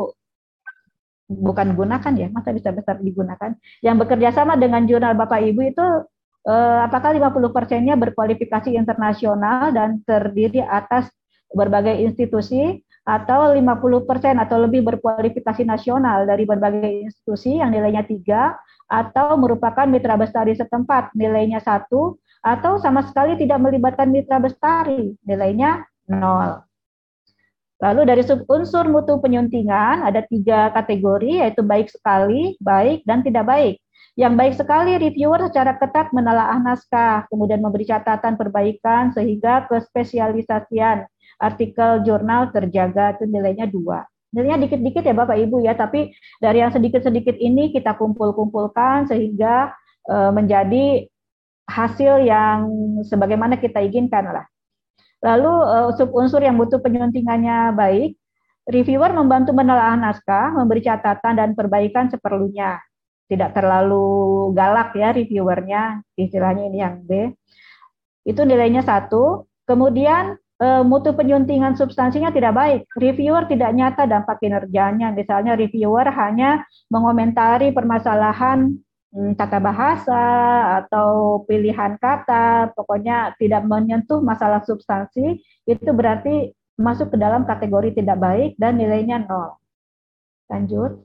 bukan gunakan ya, masa bisa besar digunakan, yang bekerja sama dengan jurnal Bapak Ibu itu apakah 50%-nya berkualifikasi internasional dan terdiri atas berbagai institusi, atau 50% atau lebih berkualifikasi nasional dari berbagai institusi yang nilainya 3, atau merupakan mitra bestari setempat nilainya 1, atau sama sekali tidak melibatkan mitra bestari nilainya 0. Lalu dari subunsur mutu penyuntingan ada 3 kategori, yaitu baik sekali, baik, dan tidak baik. Yang baik sekali, reviewer secara ketat menelaah naskah, kemudian memberi catatan perbaikan sehingga kespesialisasian artikel jurnal terjaga, itu nilainya 2. Nilainya dikit-dikit ya Bapak Ibu ya, tapi dari yang sedikit-sedikit ini kita kumpul-kumpulkan sehingga menjadi hasil yang sebagaimana kita inginkan lah. Lalu subunsur yang butuh penyuntingannya baik, reviewer membantu menelaah naskah, memberi catatan dan perbaikan seperlunya. Tidak terlalu galak ya reviewernya, istilahnya ini yang B. Itu nilainya 1. Kemudian mutu penyuntingan substansinya tidak baik. Reviewer tidak nyata dampak kinerjanya. Misalnya reviewer hanya mengomentari permasalahan tata bahasa atau pilihan kata, pokoknya tidak menyentuh masalah substansi, itu berarti masuk ke dalam kategori tidak baik dan nilainya 0. Lanjut.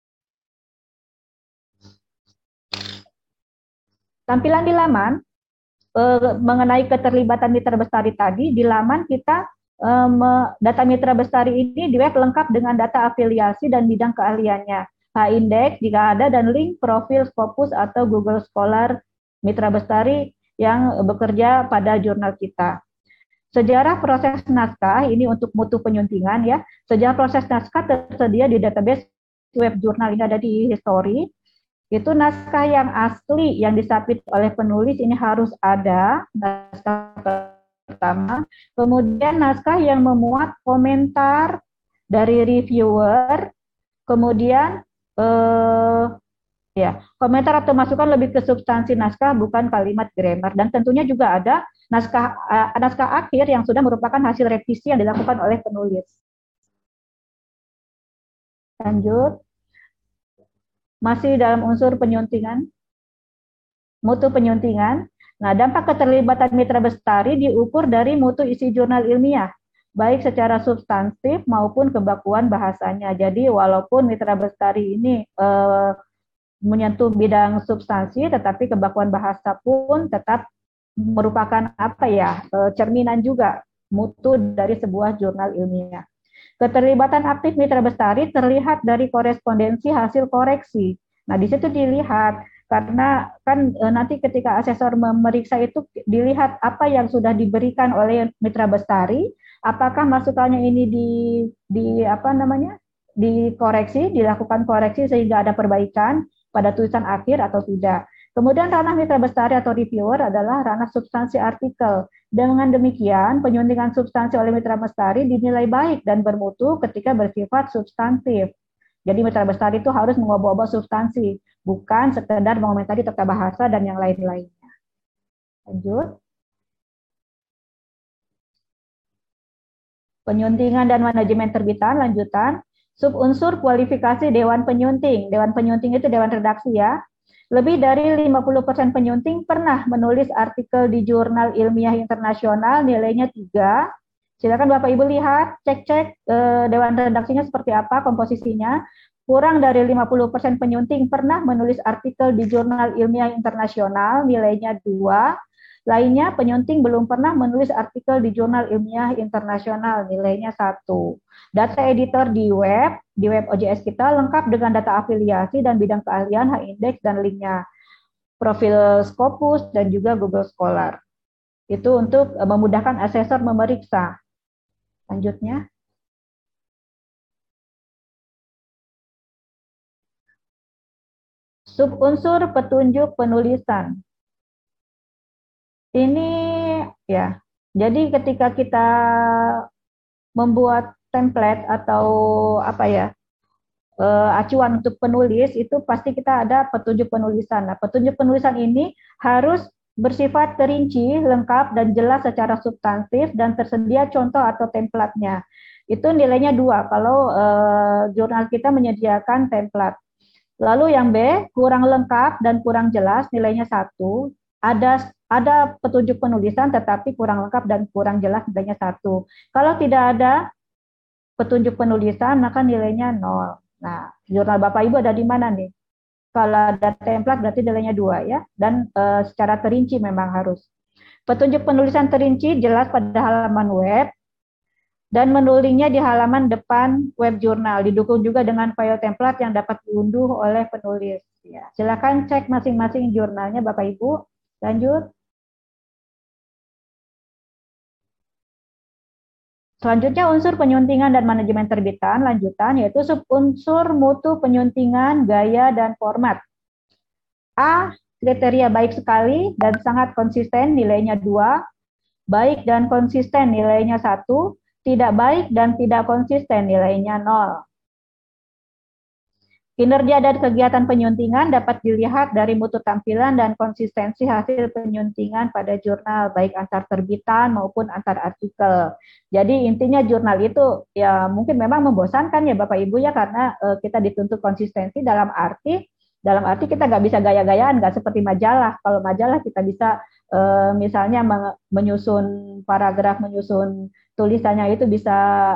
Tampilan di laman, mengenai keterlibatan mitra bestari tadi, di laman kita data mitra bestari ini di web lengkap dengan data afiliasi dan bidang keahliannya. H-index jika ada, dan link profil Scopus atau Google Scholar mitra bestari yang bekerja pada jurnal kita. Sejarah proses naskah, ini untuk mutu penyuntingan ya. Sejarah proses naskah tersedia di database web jurnal, ini ada di history. Itu naskah yang asli yang disubmit oleh penulis ini harus ada, naskah pertama. Kemudian naskah yang memuat komentar dari reviewer, kemudian komentar atau masukan lebih ke substansi naskah, bukan kalimat grammar. Dan tentunya juga ada naskah akhir yang sudah merupakan hasil revisi yang dilakukan oleh penulis. Lanjut. Masih dalam unsur penyuntingan, mutu penyuntingan. Nah, dampak keterlibatan mitra bestari diukur dari mutu isi jurnal ilmiah, baik secara substantif maupun kebakuan bahasanya. Jadi walaupun mitra bestari ini menyentuh bidang substansi, tetapi kebakuan bahasa pun tetap merupakan cerminan juga mutu dari sebuah jurnal ilmiah. Keterlibatan aktif mitra bestari terlihat dari korespondensi hasil koreksi. Nah, di situ dilihat, karena kan nanti ketika asesor memeriksa itu dilihat apa yang sudah diberikan oleh mitra bestari, apakah masukannya ini dikoreksi, dilakukan koreksi sehingga ada perbaikan pada tulisan akhir atau tidak. Kemudian ranah mitra bestari atau reviewer adalah ranah substansi artikel. Dengan demikian, penyuntingan substansi oleh mitra bestari dinilai baik dan bermutu ketika bersifat substantif. Jadi mitra bestari itu harus mengubah-ubah substansi, bukan sekedar mengomentari tata bahasa dan yang lain-lainnya. Lanjut. Penyuntingan dan manajemen terbitan, lanjutan. Subunsur kualifikasi Dewan Penyunting. Dewan Penyunting itu Dewan Redaksi ya. Lebih dari 50% penyunting pernah menulis artikel di jurnal ilmiah internasional, nilainya 3. Silakan Bapak Ibu lihat, cek-cek Dewan Redaksinya seperti apa komposisinya. Kurang dari 50% penyunting pernah menulis artikel di jurnal ilmiah internasional, nilainya 2. Lainnya, penyunting belum pernah menulis artikel di jurnal ilmiah internasional, nilainya 1. Data editor di web OJS kita lengkap dengan data afiliasi dan bidang keahlian, H-index, dan linknya. Profil Scopus dan juga Google Scholar. Itu untuk memudahkan asesor memeriksa. Lanjutnya. Subunsur petunjuk penulisan. Ini ya, jadi ketika kita membuat template atau acuan untuk penulis itu pasti kita ada petunjuk penulisan. Nah, petunjuk penulisan ini harus bersifat terinci, lengkap, dan jelas secara substantif dan tersedia contoh atau template-nya. Itu nilainya 2 kalau jurnal kita menyediakan template. Lalu yang B, kurang lengkap dan kurang jelas, nilainya 1. Ada petunjuk penulisan tetapi kurang lengkap dan kurang jelas, nilainya 1. Kalau tidak ada petunjuk penulisan, maka nilainya 0. Nah, jurnal Bapak Ibu ada di mana nih? Kalau ada template berarti nilainya 2 ya, dan secara terinci memang harus. Petunjuk penulisan terinci jelas pada halaman web, dan menulingnya di halaman depan web jurnal, didukung juga dengan file template yang dapat diunduh oleh penulis. Ya, silakan cek masing-masing jurnalnya Bapak Ibu. Lanjut. Selanjutnya unsur penyuntingan dan manajemen terbitan, lanjutan, yaitu subunsur mutu penyuntingan, gaya, dan format. A, kriteria baik sekali dan sangat konsisten, nilainya 2. Baik dan konsisten, nilainya 1. Tidak baik dan tidak konsisten, nilainya 0. Kinerja dan kegiatan penyuntingan dapat dilihat dari mutu tampilan dan konsistensi hasil penyuntingan pada jurnal, baik antar terbitan maupun antar artikel. Jadi intinya jurnal itu ya mungkin memang membosankan ya Bapak Ibu ya, karena kita dituntut konsistensi dalam arti kita nggak bisa gaya-gayaan, nggak seperti majalah. Kalau majalah kita bisa misalnya menyusun paragraf, menyusun tulisannya itu bisa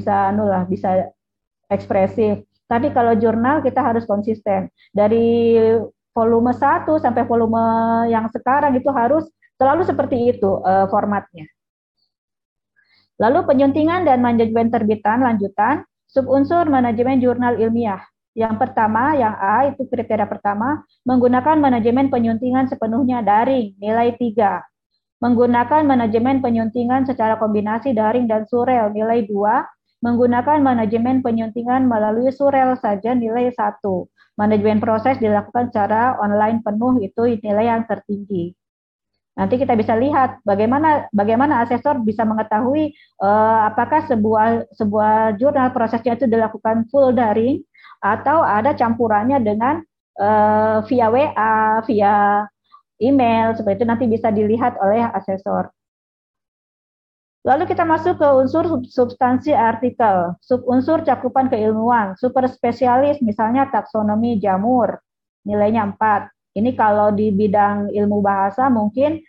ekspresif. Tapi kalau jurnal kita harus konsisten. Dari volume 1 sampai volume yang sekarang itu harus selalu seperti itu formatnya. Lalu penyuntingan dan manajemen terbitan, lanjutan, subunsur manajemen jurnal ilmiah. Yang pertama, yang A, itu kriteria pertama, menggunakan manajemen penyuntingan sepenuhnya daring, nilai 3. Menggunakan manajemen penyuntingan secara kombinasi daring dan surel, nilai 2. Menggunakan manajemen penyuntingan melalui surel saja, nilai 1. Manajemen proses dilakukan secara online penuh, itu nilai yang tertinggi. Nanti kita bisa lihat bagaimana asesor bisa mengetahui apakah sebuah jurnal prosesnya itu dilakukan full daring atau ada campurannya dengan via WA, via email, seperti itu nanti bisa dilihat oleh asesor. Lalu kita masuk ke unsur substansi artikel, subunsur cakupan keilmuan, super spesialis, misalnya taksonomi jamur, nilainya 4. Ini kalau di bidang ilmu bahasa mungkin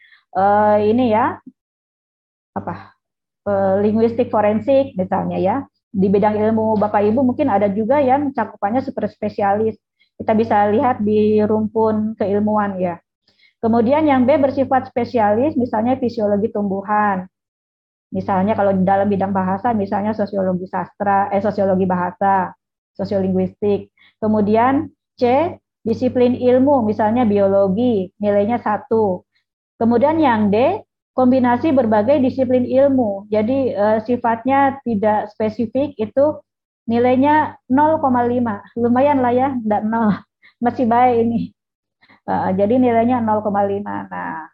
linguistik forensik misalnya ya. Di bidang ilmu Bapak Ibu mungkin ada juga yang cakupannya super spesialis. Kita bisa lihat di rumpun keilmuan ya. Kemudian yang B bersifat spesialis, misalnya fisiologi tumbuhan. Misalnya kalau dalam bidang bahasa, misalnya sosiologi bahasa, sosiolinguistik. Kemudian C, disiplin ilmu, misalnya biologi, nilainya 1. Kemudian yang D, kombinasi berbagai disiplin ilmu. Jadi sifatnya tidak spesifik, itu nilainya 0,5. Lumayan lah ya, enggak 0. Masih baik ini. Jadi nilainya 0,5. Nah,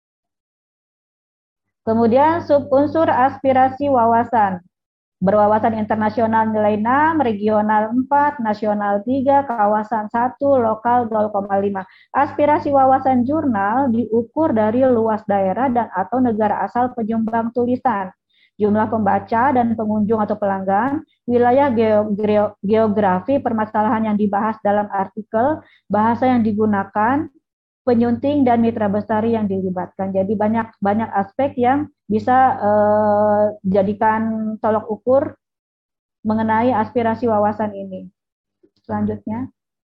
kemudian subunsur aspirasi wawasan. Berwawasan internasional nilai 6, regional 4, nasional 3, kawasan 1, lokal 0,5. Aspirasi wawasan jurnal diukur dari luas daerah dan atau negara asal penyumbang tulisan, jumlah pembaca dan pengunjung atau pelanggan, wilayah geografi permasalahan yang dibahas dalam artikel, bahasa yang digunakan, penyunting dan mitra bestari yang dilibatkan. Jadi banyak aspek yang bisa jadikan tolok ukur mengenai aspirasi wawasan ini. Selanjutnya.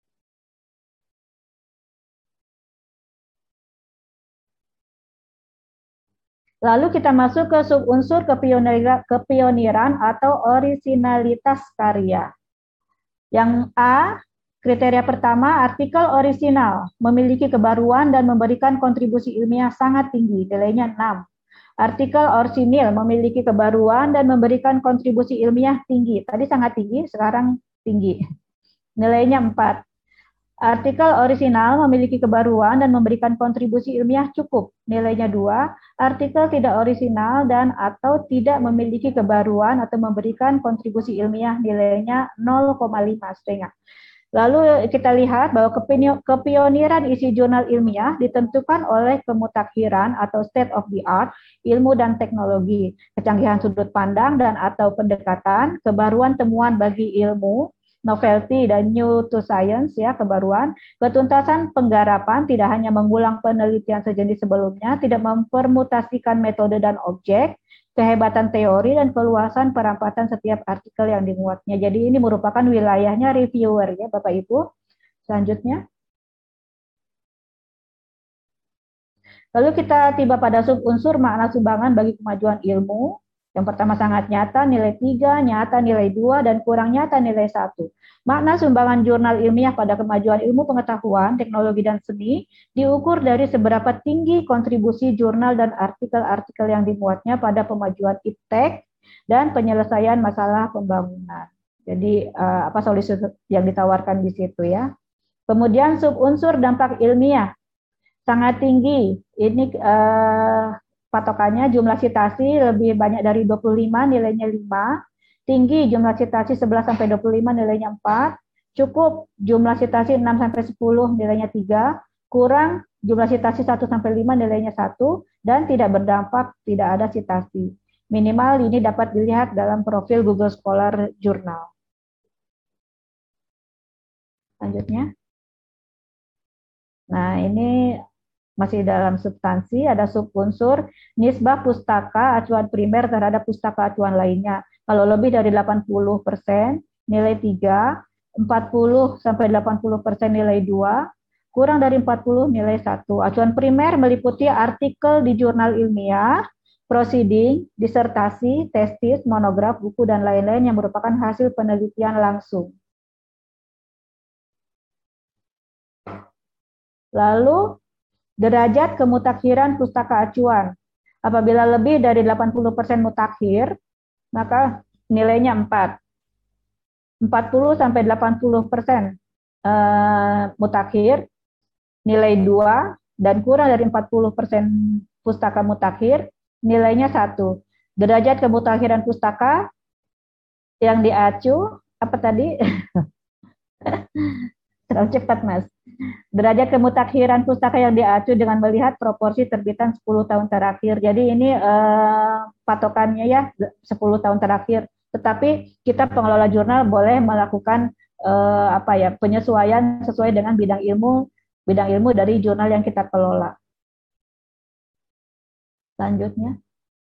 Lalu kita masuk ke subunsur kepioniran atau orisinalitas karya. Yang A, kriteria pertama, artikel orisinal, memiliki kebaruan dan memberikan kontribusi ilmiah sangat tinggi, nilainya 6. Artikel orsinil, memiliki kebaruan dan memberikan kontribusi ilmiah tinggi. Tadi sangat tinggi, sekarang tinggi. Nilainya 4. Artikel orisinal memiliki kebaruan dan memberikan kontribusi ilmiah cukup, nilainya 2. Artikel tidak orisinal dan atau tidak memiliki kebaruan atau memberikan kontribusi ilmiah, nilainya 0,5 setengah. Lalu kita lihat bahwa kepioniran isi jurnal ilmiah ditentukan oleh kemutakhiran atau state of the art, ilmu dan teknologi, kecanggihan sudut pandang dan atau pendekatan, kebaruan temuan bagi ilmu, novelty dan new to science ya, kebaruan, ketuntasan penggarapan, tidak hanya mengulang penelitian sejenis sebelumnya, tidak mempermutasikan metode dan objek, kehebatan teori dan keluasan perampatan setiap artikel yang dimuatnya. Jadi ini merupakan wilayahnya reviewer ya Bapak Ibu. Selanjutnya. Lalu kita tiba pada subunsur makna sumbangan bagi kemajuan ilmu. Yang pertama sangat nyata, nilai 3, nyata nilai 2, dan kurang nyata nilai 1. Makna sumbangan jurnal ilmiah pada kemajuan ilmu pengetahuan, teknologi, dan seni diukur dari seberapa tinggi kontribusi jurnal dan artikel-artikel yang dimuatnya pada pemajuan iptek dan penyelesaian masalah pembangunan. Jadi apa solusi yang ditawarkan di situ ya. Kemudian subunsur dampak ilmiah sangat tinggi. Ini patokannya jumlah citasi lebih banyak dari 25, nilainya 5. Tinggi jumlah citasi 11 sampai 25, nilainya 4. Cukup jumlah citasi 6 sampai 10, nilainya 3. Kurang jumlah citasi 1 sampai 5, nilainya 1. Dan tidak berdampak, tidak ada citasi. Minimal ini dapat dilihat dalam profil Google Scholar Journal. Selanjutnya. Nah, ini masih dalam substansi, ada subunsur nisbah pustaka acuan primer terhadap pustaka acuan lainnya. Kalau lebih dari 80%, nilai 3, 40 sampai 80% nilai 2, kurang dari 40 nilai 1. Acuan primer meliputi artikel di jurnal ilmiah, proceeding, disertasi, tesis, monograf, buku, dan lain-lain yang merupakan hasil penelitian langsung. Lalu, derajat kemutakhiran pustaka acuan. Apabila lebih dari 80% mutakhir, maka nilainya 4. 40 sampai 80% mutakhir, nilai 2, dan kurang dari 40% pustaka mutakhir, nilainya 1. Derajat kemutakhiran pustaka yang diacu, apa tadi? Terlalu cepat, Mas. Derajat kemutakhiran pustaka yang diacu dengan melihat proporsi terbitan 10 tahun terakhir. Jadi ini patokannya ya 10 tahun terakhir. Tetapi kita pengelola jurnal boleh melakukan penyesuaian sesuai dengan bidang ilmu dari jurnal yang kita kelola. Selanjutnya.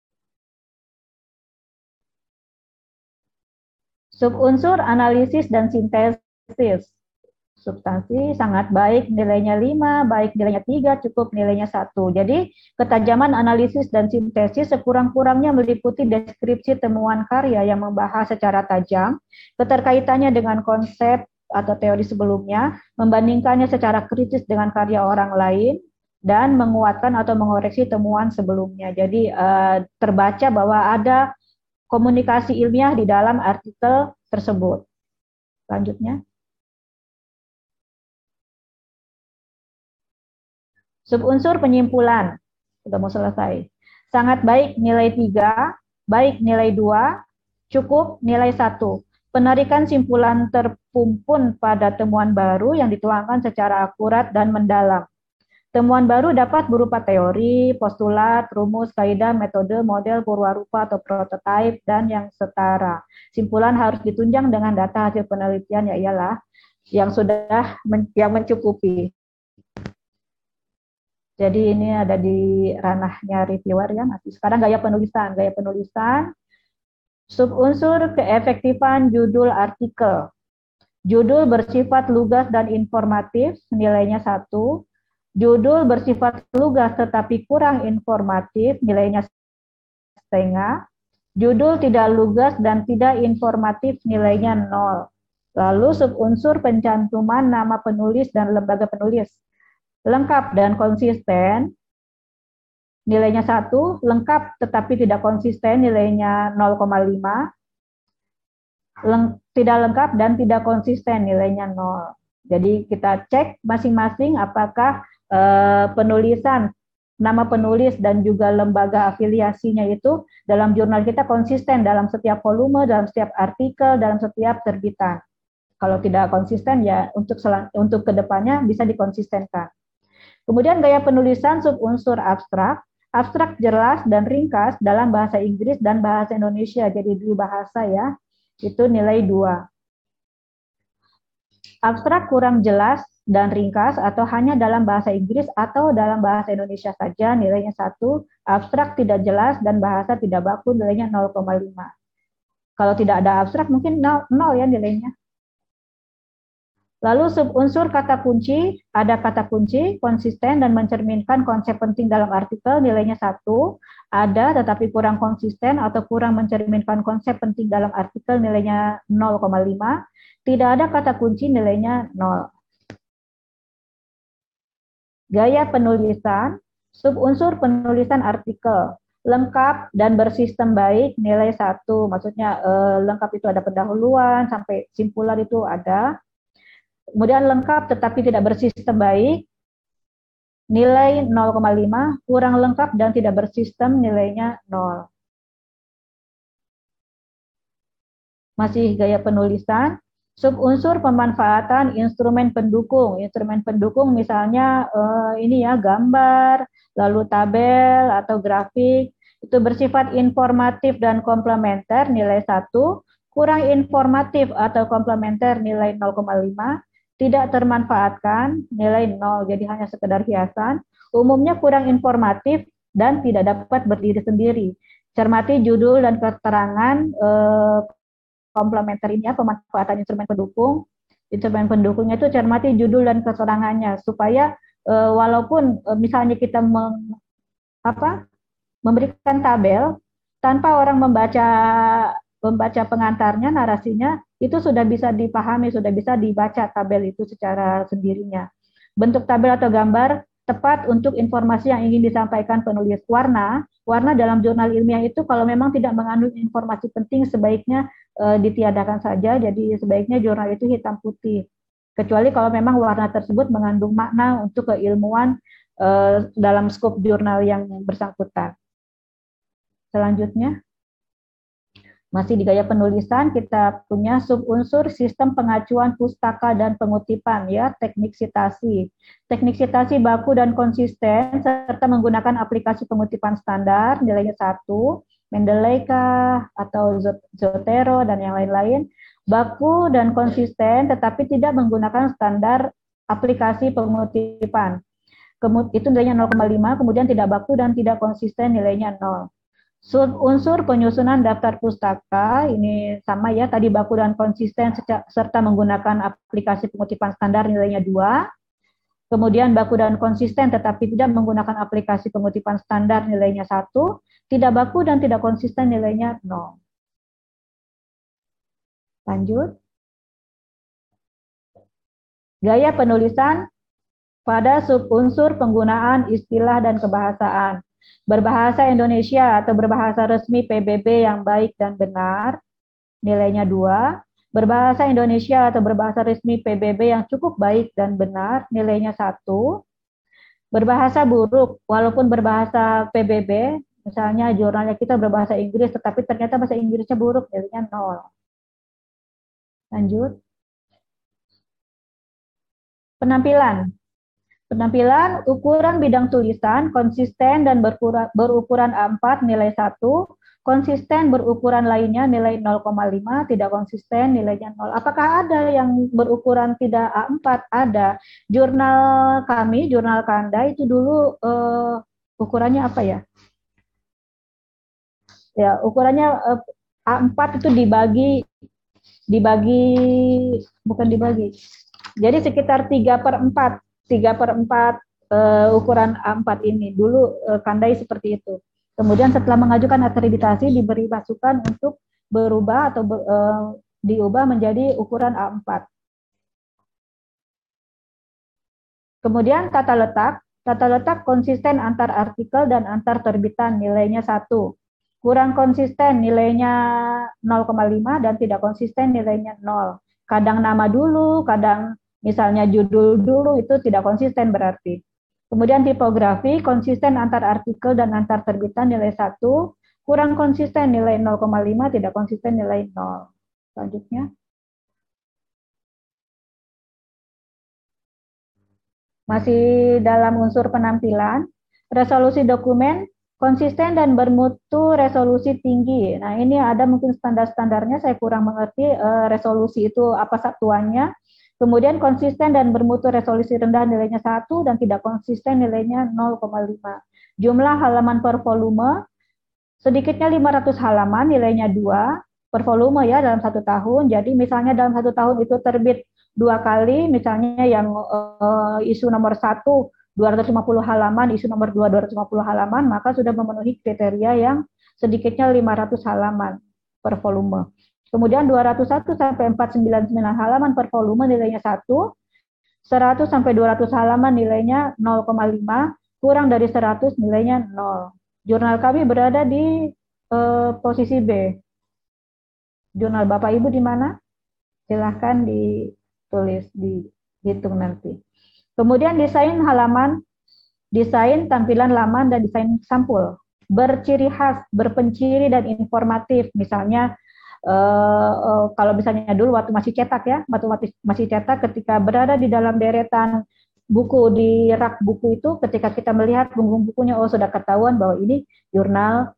Subunsur analisis dan sintesis. Substansi sangat baik, nilainya 5, baik nilainya 3, cukup nilainya 1. Jadi ketajaman analisis dan sintesis sekurang-kurangnya meliputi deskripsi temuan karya yang membahas secara tajam, keterkaitannya dengan konsep atau teori sebelumnya, membandingkannya secara kritis dengan karya orang lain, dan menguatkan atau mengoreksi temuan sebelumnya. Jadi terbaca bahwa ada komunikasi ilmiah di dalam artikel tersebut. Selanjutnya. Subunsur penyimpulan, sudah mau selesai. Sangat baik nilai 3, baik nilai 2, cukup nilai 1. Penarikan simpulan terpumpun pada temuan baru yang dituangkan secara akurat dan mendalam. Temuan baru dapat berupa teori, postulat, rumus, kaidah, metode, model, purwarupa atau prototipe, dan yang setara. Simpulan harus ditunjang dengan data hasil penelitian, ya ialah yang sudah yang mencukupi. Jadi ini ada di ranahnya reviewer ya. Sekarang gaya penulisan. Gaya penulisan, subunsur keefektifan judul artikel. Judul bersifat lugas dan informatif, nilainya 1. Judul bersifat lugas tetapi kurang informatif, nilainya setengah. Judul tidak lugas dan tidak informatif, nilainya 0. Lalu subunsur pencantuman nama penulis dan lembaga penulis. Lengkap dan konsisten, nilainya 1, lengkap tetapi tidak konsisten, nilainya 0,5, tidak lengkap dan tidak konsisten, nilainya 0. Jadi kita cek masing-masing apakah penulisan nama penulis dan juga lembaga afiliasinya itu dalam jurnal kita konsisten dalam setiap volume, dalam setiap artikel, dalam setiap terbitan. Kalau tidak konsisten ya untuk kedepannya bisa dikonsistenkan. Kemudian gaya penulisan subunsur abstrak. Abstrak jelas dan ringkas dalam bahasa Inggris dan bahasa Indonesia. Jadi 2 bahasa ya, itu nilai 2. Abstrak kurang jelas dan ringkas atau hanya dalam bahasa Inggris atau dalam bahasa Indonesia saja nilainya 1. Abstrak tidak jelas dan bahasa tidak baku nilainya 0,5. Kalau tidak ada abstrak mungkin 0 ya nilainya. Lalu subunsur kata kunci, ada kata kunci, konsisten dan mencerminkan konsep penting dalam artikel nilainya 1. Ada tetapi kurang konsisten atau kurang mencerminkan konsep penting dalam artikel nilainya 0,5. Tidak ada kata kunci nilainya 0. Gaya penulisan, subunsur penulisan artikel, lengkap dan bersistem baik, nilai 1. Maksudnya lengkap itu ada pendahuluan, sampai simpulan itu ada. Kemudian lengkap tetapi tidak bersistem baik, nilai 0,5. Kurang lengkap dan tidak bersistem, nilainya 0. Masih gaya penulisan. Subunsur pemanfaatan instrumen pendukung. Instrumen pendukung misalnya ini ya gambar, lalu tabel atau grafik. Itu bersifat informatif dan komplementer nilai 1. Kurang informatif atau komplementer nilai 0,5. Tidak termanfaatkan nilai 0. Jadi hanya sekedar hiasan. Umumnya kurang informatif dan tidak dapat berdiri sendiri. Cermati judul dan keterangan komplementer ini ya, pemanfaatan instrumen pendukung. Instrumen pendukungnya itu cermati judul dan keterangannya supaya walaupun misalnya kita memberikan tabel tanpa orang membaca pengantarnya, narasinya itu sudah bisa dipahami, sudah bisa dibaca tabel itu secara sendirinya. Bentuk tabel atau gambar tepat untuk informasi yang ingin disampaikan penulis. Warna dalam jurnal ilmiah itu kalau memang tidak mengandung informasi penting sebaiknya ditiadakan saja, jadi sebaiknya jurnal itu hitam putih. Kecuali kalau memang warna tersebut mengandung makna untuk keilmuan dalam skop jurnal yang bersangkutan. Selanjutnya, masih di gaya penulisan kita punya subunsur sistem pengacuan pustaka dan pengutipan ya, teknik sitasi. Teknik sitasi baku dan konsisten serta menggunakan aplikasi pengutipan standar nilainya 1. Mendeley-kah atau Zotero dan yang lain-lain, baku dan konsisten tetapi tidak menggunakan standar aplikasi pengutipan. Itu nilainya 0,5, kemudian tidak baku dan tidak konsisten nilainya 0. Subunsur penyusunan daftar pustaka, ini sama ya, tadi baku dan konsisten serta menggunakan aplikasi pengutipan standar nilainya 2. Kemudian baku dan konsisten tetapi tidak menggunakan aplikasi pengutipan standar nilainya 1. Tidak baku dan tidak konsisten nilainya 0. Lanjut. Gaya penulisan pada subunsur penggunaan istilah dan kebahasaan. Berbahasa Indonesia atau berbahasa resmi PBB yang baik dan benar, nilainya 2. Berbahasa Indonesia atau berbahasa resmi PBB yang cukup baik dan benar, nilainya 1. Berbahasa buruk, walaupun berbahasa PBB, misalnya jurnalnya kita berbahasa Inggris, tetapi ternyata bahasa Inggrisnya buruk, nilainya 0. Lanjut. Penampilan. Penampilan, ukuran bidang tulisan, konsisten dan berukuran A4, nilai 1. Konsisten berukuran lainnya, nilai 0,5. Tidak konsisten, nilainya 0. Apakah ada yang berukuran tidak A4? Ada. Jurnal kami, jurnal Kanda, itu dulu ukurannya apa ya? Ya, ukurannya A4 itu jadi sekitar 3/4 ukuran A4 ini. Dulu Kandai seperti itu. Kemudian setelah mengajukan akreditasi diberi masukan untuk berubah atau diubah menjadi ukuran A4. Kemudian tata letak. Tata letak konsisten antar artikel dan antar terbitan, nilainya 1. Kurang konsisten nilainya 0,5 dan tidak konsisten nilainya 0. Kadang nama dulu, kadang Misalnya judul dulu itu tidak konsisten berarti. Kemudian tipografi, konsisten antar artikel dan antar terbitan nilai 1, kurang konsisten nilai 0,5, tidak konsisten nilai 0. Selanjutnya. Masih dalam unsur penampilan, resolusi dokumen konsisten dan bermutu resolusi tinggi. Nah, ini ada mungkin standar-standarnya, saya kurang mengerti resolusi itu apa satuannya. Kemudian konsisten dan bermutu resolusi rendah nilainya 1 dan tidak konsisten nilainya 0,5. Jumlah halaman per volume, sedikitnya 500 halaman nilainya 2 per volume ya dalam 1 tahun. Jadi misalnya dalam 1 tahun itu terbit 2 kali, misalnya yang isu nomor 1 250 halaman, isu nomor 2 250 halaman, maka sudah memenuhi kriteria yang sedikitnya 500 halaman per volume. Kemudian 201 sampai 499 halaman per volume nilainya 1, 100 sampai 200 halaman nilainya 0,5, kurang dari 100 nilainya 0. Jurnal kami berada di posisi B. Jurnal Bapak Ibu di mana? Silahkan ditulis, dihitung nanti. Kemudian desain halaman, desain tampilan laman dan desain sampul. Berciri khas, berpenciri dan informatif. Misalnya kalau misalnya dulu waktu masih cetak ya, waktu masih cetak ketika berada di dalam deretan buku di rak buku itu, ketika kita melihat punggung bukunya, oh sudah ketahuan bahwa ini jurnal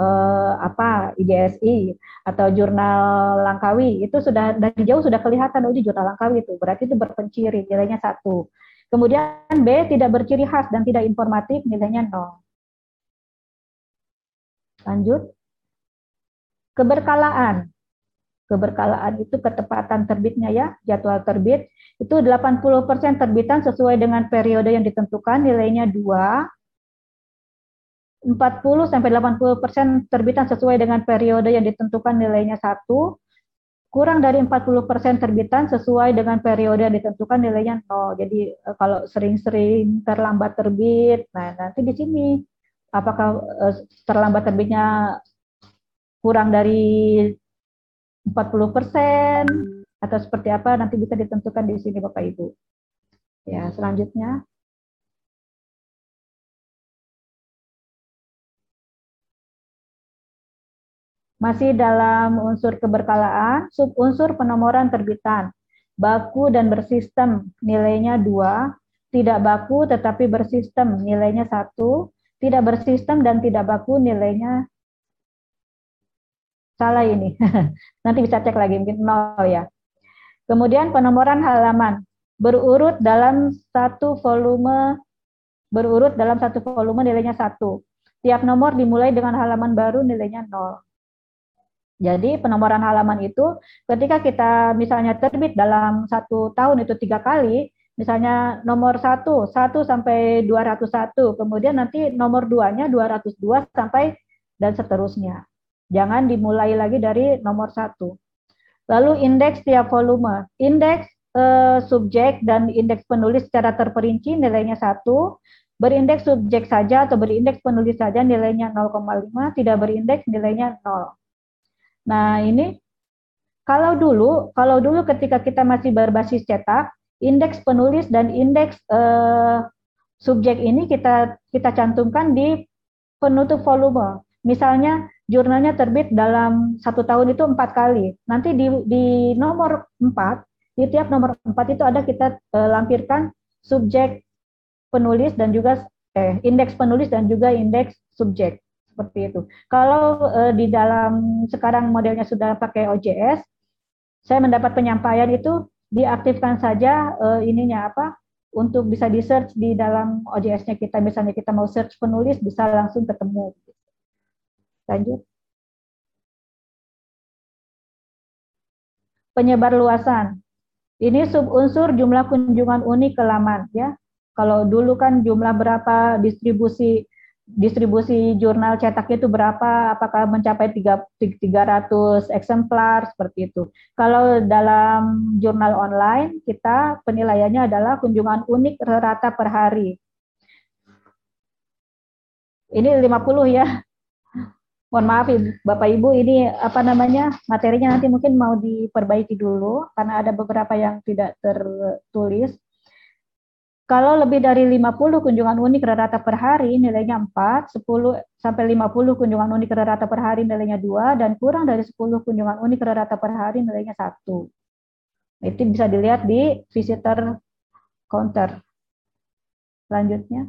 IJSI atau jurnal Langkawi, itu sudah dari jauh sudah kelihatan, oh ini jurnal Langkawi itu, berarti itu berpenciri, nilainya 1. Kemudian B, tidak berciri khas dan tidak informatif, nilainya 0. Lanjut. Keberkalaan. Keberkalaan itu ketepatan terbitnya ya, jadwal terbit. Itu 80% terbitan sesuai dengan periode yang ditentukan, nilainya 2. 40-80% terbitan sesuai dengan periode yang ditentukan, nilainya 1. Kurang dari 40% terbitan sesuai dengan periode yang ditentukan, nilainya 0. Jadi kalau sering-sering terlambat terbit, nah nanti di sini apakah terlambat terbitnya kurang dari 40% atau seperti apa, nanti bisa ditentukan di sini Bapak Ibu. Ya, selanjutnya. Masih dalam unsur keberkalaan, subunsur penomoran terbitan. Baku dan bersistem, nilainya 2. Tidak baku tetapi bersistem, nilainya 1. Tidak bersistem dan tidak baku, nilainya salah ini. Nanti bisa cek lagi, mungkin 0 ya. Kemudian penomoran halaman. Berurut dalam satu volume nilainya 1. Tiap nomor dimulai dengan halaman baru, nilainya 0. Jadi penomoran halaman itu ketika kita misalnya terbit dalam 1 tahun itu 3 kali, misalnya nomor 1 sampai 201, kemudian nanti nomor 2-nya 202 sampai dan seterusnya. Jangan dimulai lagi dari nomor 1. Lalu indeks tiap volume. Indeks subjek dan indeks penulis secara terperinci nilainya 1. Berindeks subjek saja atau berindeks penulis saja nilainya 0,5. Tidak berindeks nilainya 0. Nah, ini kalau dulu ketika kita masih berbasis cetak, indeks penulis dan indeks subjek ini kita cantumkan di penutup volume. Misalnya jurnalnya terbit dalam 1 tahun itu 4 kali. Nanti di nomor 4, di tiap nomor 4 itu ada kita lampirkan subjek penulis dan juga indeks penulis dan juga indeks subjek. Seperti itu. Kalau di dalam sekarang modelnya sudah pakai OJS, saya mendapat penyampaian itu diaktifkan saja ininya apa untuk bisa di search di dalam OJS-nya kita. Misalnya kita mau search penulis bisa langsung ketemu. Lanjut. Penyebar luasan. Ini subunsur jumlah kunjungan unik ke laman ya. Kalau dulu kan jumlah berapa distribusi jurnal cetak itu berapa, apakah mencapai 300 eksemplar, seperti itu. Kalau dalam jurnal online, kita penilaiannya adalah kunjungan unik rata per hari. Ini 50 ya. Mohon maaf Bapak Ibu, ini materinya nanti mungkin mau diperbaiki dulu karena ada beberapa yang tidak tertulis. Kalau lebih dari 50 kunjungan unik rata per hari nilainya 4, 10 sampai 50 kunjungan unik rata per hari nilainya 2, dan kurang dari 10 kunjungan unik rata per hari nilainya 1. Itu bisa dilihat di visitor counter. Selanjutnya.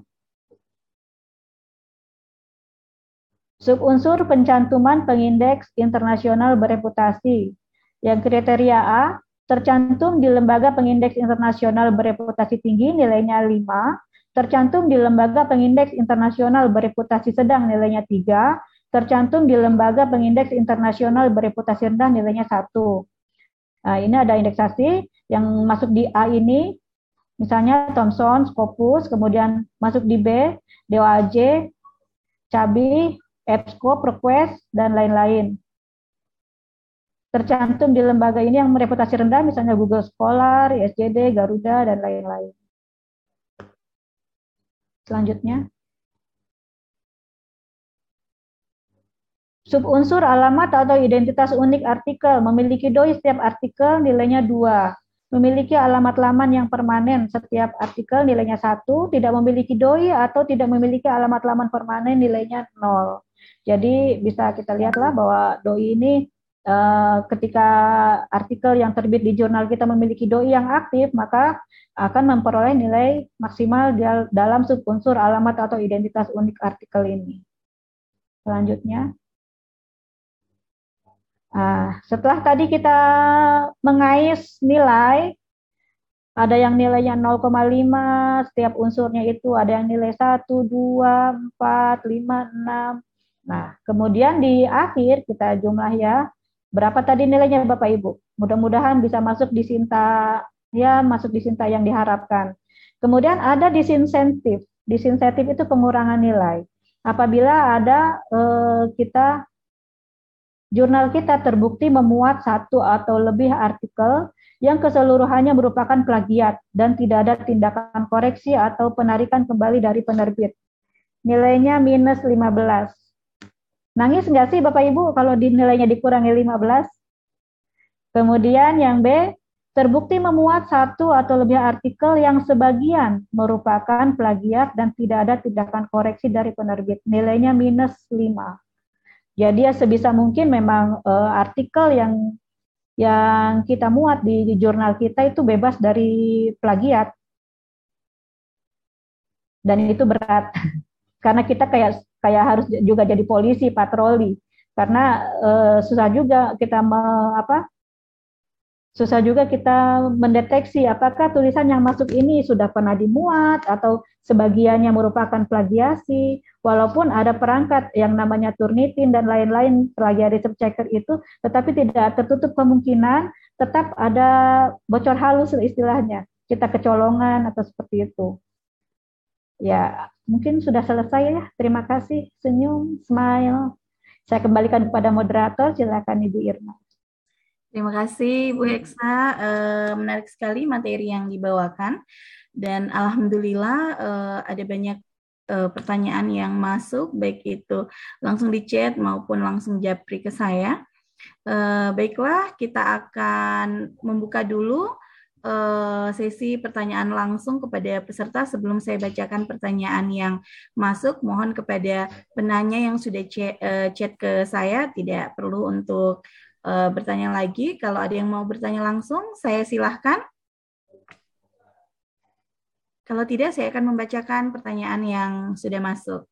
Subunsur pencantuman pengindeks internasional bereputasi. Yang kriteria A, tercantum di lembaga pengindeks internasional bereputasi tinggi nilainya 5, tercantum di lembaga pengindeks internasional bereputasi sedang nilainya 3, tercantum di lembaga pengindeks internasional bereputasi rendah nilainya 1. Nah, ini ada indeksasi yang masuk di A ini, misalnya Thomson, Scopus, kemudian masuk di B, DOAJ, CABI, EBSCO, ProQuest, dan lain-lain. Tercantum di lembaga ini yang reputasi rendah, misalnya Google Scholar, ISJD, Garuda, dan lain-lain. Selanjutnya. Subunsur alamat atau identitas unik artikel. Memiliki DOI setiap artikel nilainya 2. Memiliki alamat laman yang permanen setiap artikel nilainya 1. Tidak memiliki DOI atau tidak memiliki alamat laman permanen nilainya 0. Jadi bisa kita lihatlah bahwa DOI ini ketika artikel yang terbit di jurnal kita memiliki DOI yang aktif, maka akan memperoleh nilai maksimal dalam subunsur alamat atau identitas unik artikel ini. Selanjutnya. Setelah tadi kita mengais nilai, ada yang nilainya 0,5, setiap unsurnya itu ada yang nilai 1, 2, 4, 5, 6. Nah, kemudian di akhir kita jumlah ya, berapa tadi nilainya Bapak Ibu? Mudah-mudahan bisa masuk di Sinta, ya masuk di Sinta yang diharapkan. Kemudian ada disinsentif. Disinsentif itu pengurangan nilai. Apabila ada jurnal kita terbukti memuat 1 atau lebih artikel yang keseluruhannya merupakan plagiat dan tidak ada tindakan koreksi atau penarikan kembali dari penerbit. Nilainya minus 15. Nangis nggak sih Bapak Ibu kalau nilainya dikurangi 15? Kemudian yang B, terbukti memuat 1 atau lebih artikel yang sebagian merupakan plagiat dan tidak ada tindakan koreksi dari penerbit. Nilainya minus 5. Jadi ya sebisa mungkin memang artikel yang kita muat di jurnal kita itu bebas dari plagiat. Dan itu berat. Karena kita kayak harus juga jadi polisi, patroli. Karena susah juga kita mendeteksi apakah tulisan yang masuk ini sudah pernah dimuat atau sebagiannya merupakan plagiasi, walaupun ada perangkat yang namanya Turnitin dan lain-lain plagiarism checker itu, tetapi tidak tertutup kemungkinan tetap ada bocor halus istilahnya, kita kecolongan atau seperti itu. Ya, mungkin sudah selesai ya. Terima kasih. Senyum, smile. Saya kembalikan kepada moderator. Silakan Ibu Irma. Terima kasih Bu Heksa, menarik sekali materi yang dibawakan dan alhamdulillah ada banyak pertanyaan yang masuk, baik itu langsung di chat maupun langsung japri ke saya. Baiklah, kita akan membuka dulu sesi pertanyaan langsung kepada peserta. Sebelum saya bacakan pertanyaan yang masuk, mohon kepada penanya yang sudah chat ke saya tidak perlu untuk bertanya lagi. Kalau ada yang mau bertanya langsung, saya silahkan. Kalau tidak, saya akan membacakan pertanyaan yang sudah masuk.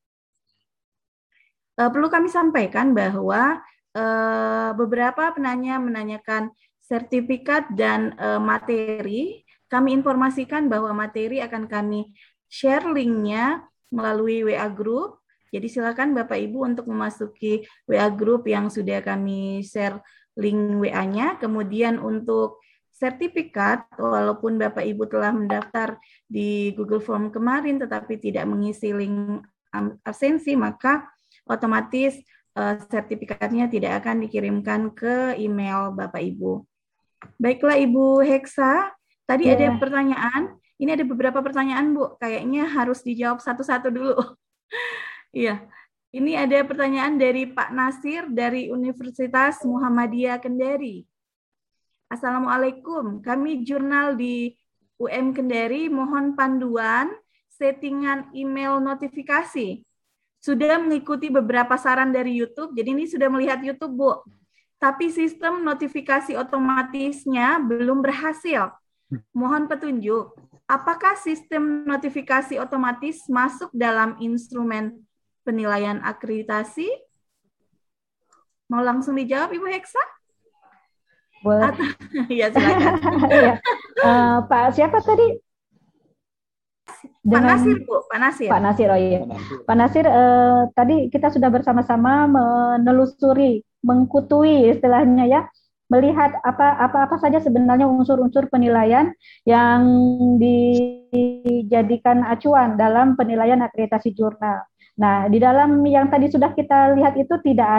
Perlu kami sampaikan bahwa beberapa penanya menanyakan sertifikat dan materi. Kami informasikan bahwa materi akan kami share linknya melalui WA Group. Jadi silakan Bapak Ibu untuk memasuki WA Group yang sudah kami share link WA-nya. Kemudian untuk sertifikat, walaupun Bapak Ibu telah mendaftar di Google Form kemarin tetapi tidak mengisi link absensi, maka otomatis sertifikatnya tidak akan dikirimkan ke email Bapak Ibu. Baiklah Ibu Heksa, tadi ada pertanyaan. Ini ada beberapa pertanyaan Bu, kayaknya harus dijawab satu-satu dulu. Iya, Ini ada pertanyaan dari Pak Nasir dari Universitas Muhammadiyah Kendari. Assalamualaikum, kami jurnal di UM Kendari mohon panduan settingan email notifikasi. Sudah mengikuti beberapa saran dari YouTube, jadi ini sudah melihat YouTube, Bu. Tapi sistem notifikasi otomatisnya belum berhasil. Mohon petunjuk, apakah sistem notifikasi otomatis masuk dalam instrumen penilaian akreditasi? Mau langsung dijawab, Ibu Heksa? Boleh. Ya, silakan. Iya. Pak siapa tadi? Pak Nasir, Bu. Pak Nasir. Pak Nasir, oh iya. Pak Nasir, tadi kita sudah bersama-sama menelusuri, mengkutui istilahnya ya, melihat apa saja sebenarnya unsur-unsur penilaian yang dijadikan acuan dalam penilaian akreditasi jurnal. Nah, di dalam yang tadi sudah kita lihat itu tidak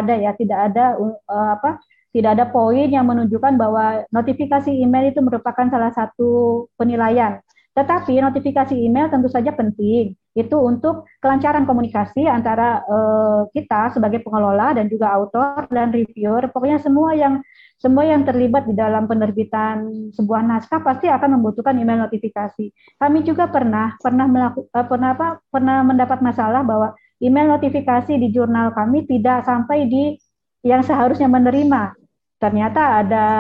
ada poin yang menunjukkan bahwa notifikasi email itu merupakan salah satu penilaian. Tetapi notifikasi email tentu saja penting. Itu untuk kelancaran komunikasi antara kita sebagai pengelola dan juga author dan reviewer. Pokoknya semua yang terlibat di dalam penerbitan sebuah naskah pasti akan membutuhkan email notifikasi. Kami juga pernah mendapat masalah bahwa email notifikasi di jurnal kami tidak sampai di yang seharusnya menerima. Ternyata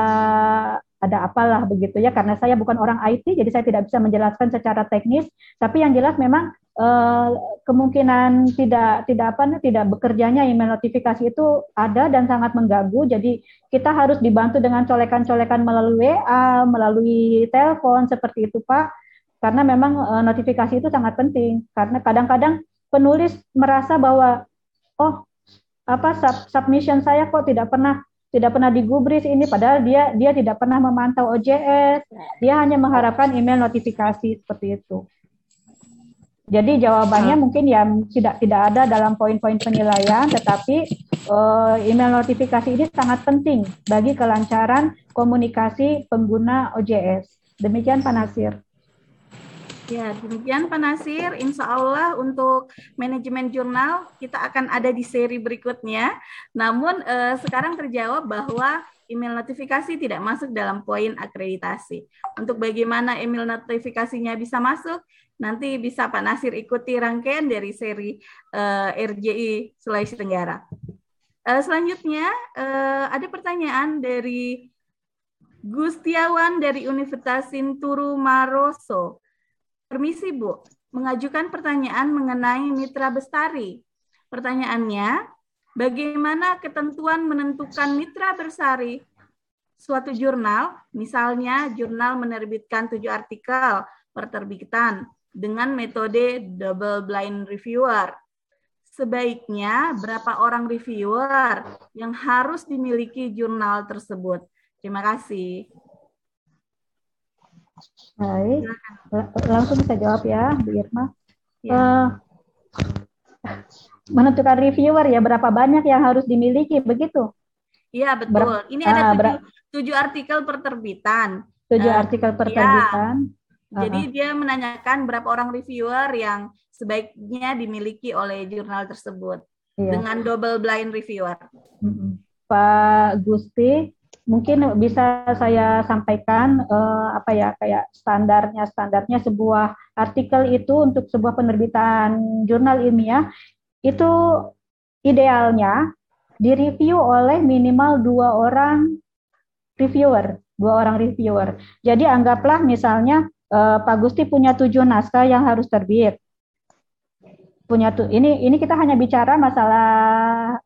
ada apalah begitu ya, karena saya bukan orang IT, jadi saya tidak bisa menjelaskan secara teknis. Tapi yang jelas memang kemungkinan tidak bekerjanya email notifikasi itu ada dan sangat mengganggu. Jadi kita harus dibantu dengan colekan-colekan melalui WA, melalui telepon seperti itu, Pak. Karena memang notifikasi itu sangat penting. Karena kadang-kadang penulis merasa bahwa submission saya kok tidak pernah digubris ini, padahal dia tidak pernah memantau OJS, dia hanya mengharapkan email notifikasi seperti itu. Jadi jawabannya mungkin ya tidak ada dalam poin-poin penilaian, tetapi email notifikasi ini sangat penting bagi kelancaran komunikasi pengguna OJS. Demikian Pak Nasir. Ya, demikian Pak Nasir. Insya Allah untuk manajemen jurnal kita akan ada di seri berikutnya. Namun sekarang terjawab bahwa email notifikasi tidak masuk dalam poin akreditasi. Untuk bagaimana email notifikasinya bisa masuk, nanti bisa Pak Nasir ikuti rangkaian dari seri RJI Sulawesi Tenggara. Selanjutnya ada pertanyaan dari Gustiawan dari Universitas Sinturu Maroso. Permisi Bu, mengajukan pertanyaan mengenai mitra bestari. Pertanyaannya, bagaimana ketentuan menentukan mitra bestari suatu jurnal, misalnya jurnal menerbitkan 7 artikel per terbitan dengan metode double blind reviewer. Sebaiknya berapa orang reviewer yang harus dimiliki jurnal tersebut? Terima kasih. Baik, langsung bisa jawab ya, Bu Irma. Ya. Menentukan reviewer ya, berapa banyak yang harus dimiliki, begitu? Iya, betul. Ini ada 7 artikel per terbitan. 7 artikel per terbitan. Jadi dia menanyakan berapa orang reviewer yang sebaiknya dimiliki oleh jurnal tersebut dengan double blind reviewer. Pak Gusti, mungkin bisa saya sampaikan kayak standarnya sebuah artikel itu untuk sebuah penerbitan jurnal ilmiah itu idealnya direview oleh minimal 2 orang reviewer. Jadi anggaplah misalnya Pak Gusti punya 7 naskah yang harus terbit. Ini kita hanya bicara masalah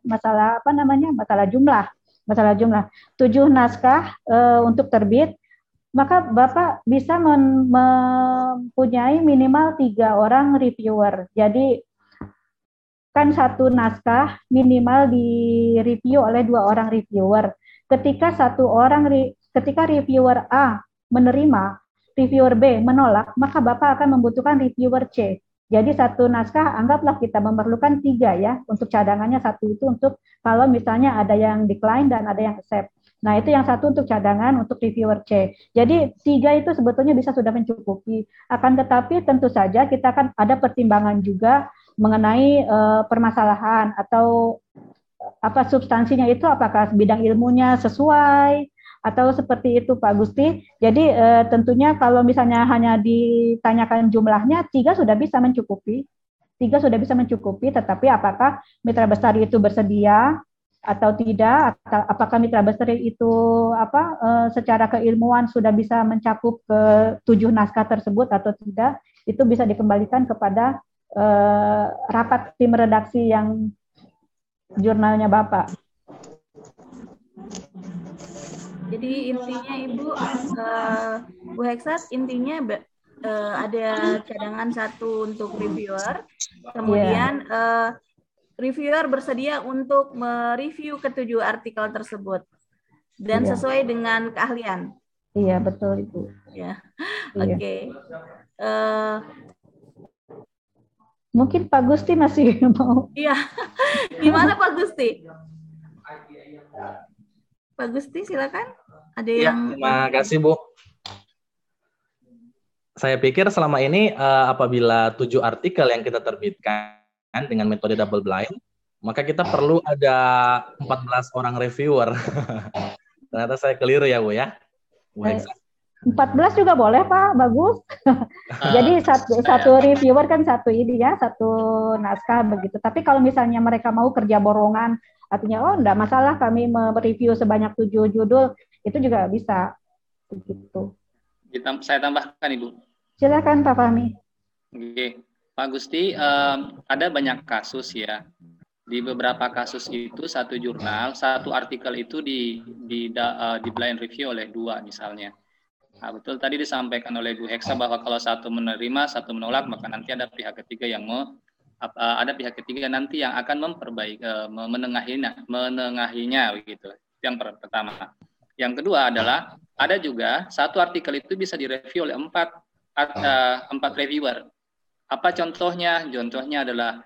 jumlah 7 naskah untuk terbit, maka Bapak bisa mempunyai minimal 3 orang reviewer. Jadi kan 1 naskah minimal direview oleh 2 orang reviewer. Ketika reviewer A menerima, reviewer B menolak, maka Bapak akan membutuhkan reviewer C. Jadi 1 naskah anggaplah kita memerlukan 3 ya, untuk cadangannya 1 itu untuk kalau misalnya ada yang decline dan ada yang accept. Nah itu yang 1 untuk cadangan untuk reviewer C. Jadi 3 itu sebetulnya bisa sudah mencukupi. Akan tetapi tentu saja kita akan ada pertimbangan juga mengenai permasalahan atau apa substansinya itu, apakah bidang ilmunya sesuai atau seperti itu Pak Gusti. Jadi tentunya kalau misalnya hanya ditanyakan jumlahnya, 3 sudah bisa mencukupi. 3 sudah bisa mencukupi, tetapi apakah Mitra Bestari itu bersedia atau tidak, atau apakah Mitra Bestari itu secara keilmuan sudah bisa mencakup ke 7 naskah tersebut atau tidak, itu bisa dikembalikan kepada rapat tim redaksi yang jurnalnya Bapak. Jadi intinya Ibu, Bu Heksat, intinya ada cadangan 1 untuk reviewer, kemudian reviewer bersedia untuk mereview ke-7 artikel tersebut dan sesuai dengan keahlian. Iya, betul Ibu. Ya, Iya. oke. Mungkin Pak Gusti masih mau. Iya, gimana Pak Gusti? Pak Gusti, silakan. Ada yang. Terima kasih Bu. Saya pikir selama ini apabila 7 artikel yang kita terbitkan dengan metode double blind, maka kita perlu ada 14 orang reviewer. Ternyata saya keliru ya Bu ya. 14 juga boleh Pak, bagus. Jadi satu reviewer kan satu naskah begitu. Tapi kalau misalnya mereka mau kerja borongan, artinya enggak masalah kami mereview sebanyak 7 judul, itu juga bisa begitu. Saya tambahkan Ibu. Silakan Pak Fahmi. Oke, Pak Gusti, ada banyak kasus ya. Di beberapa kasus itu satu jurnal, satu artikel itu di blind review oleh 2 misalnya. Nah, betul tadi disampaikan oleh Bu Heksa bahwa kalau satu menerima, satu menolak, maka nanti ada pihak ketiga yang nanti yang akan memperbaiki, menengahinya begitu. Yang pertama. Yang kedua adalah ada juga satu artikel itu bisa direview oleh 4 reviewer. Apa contohnya? Contohnya adalah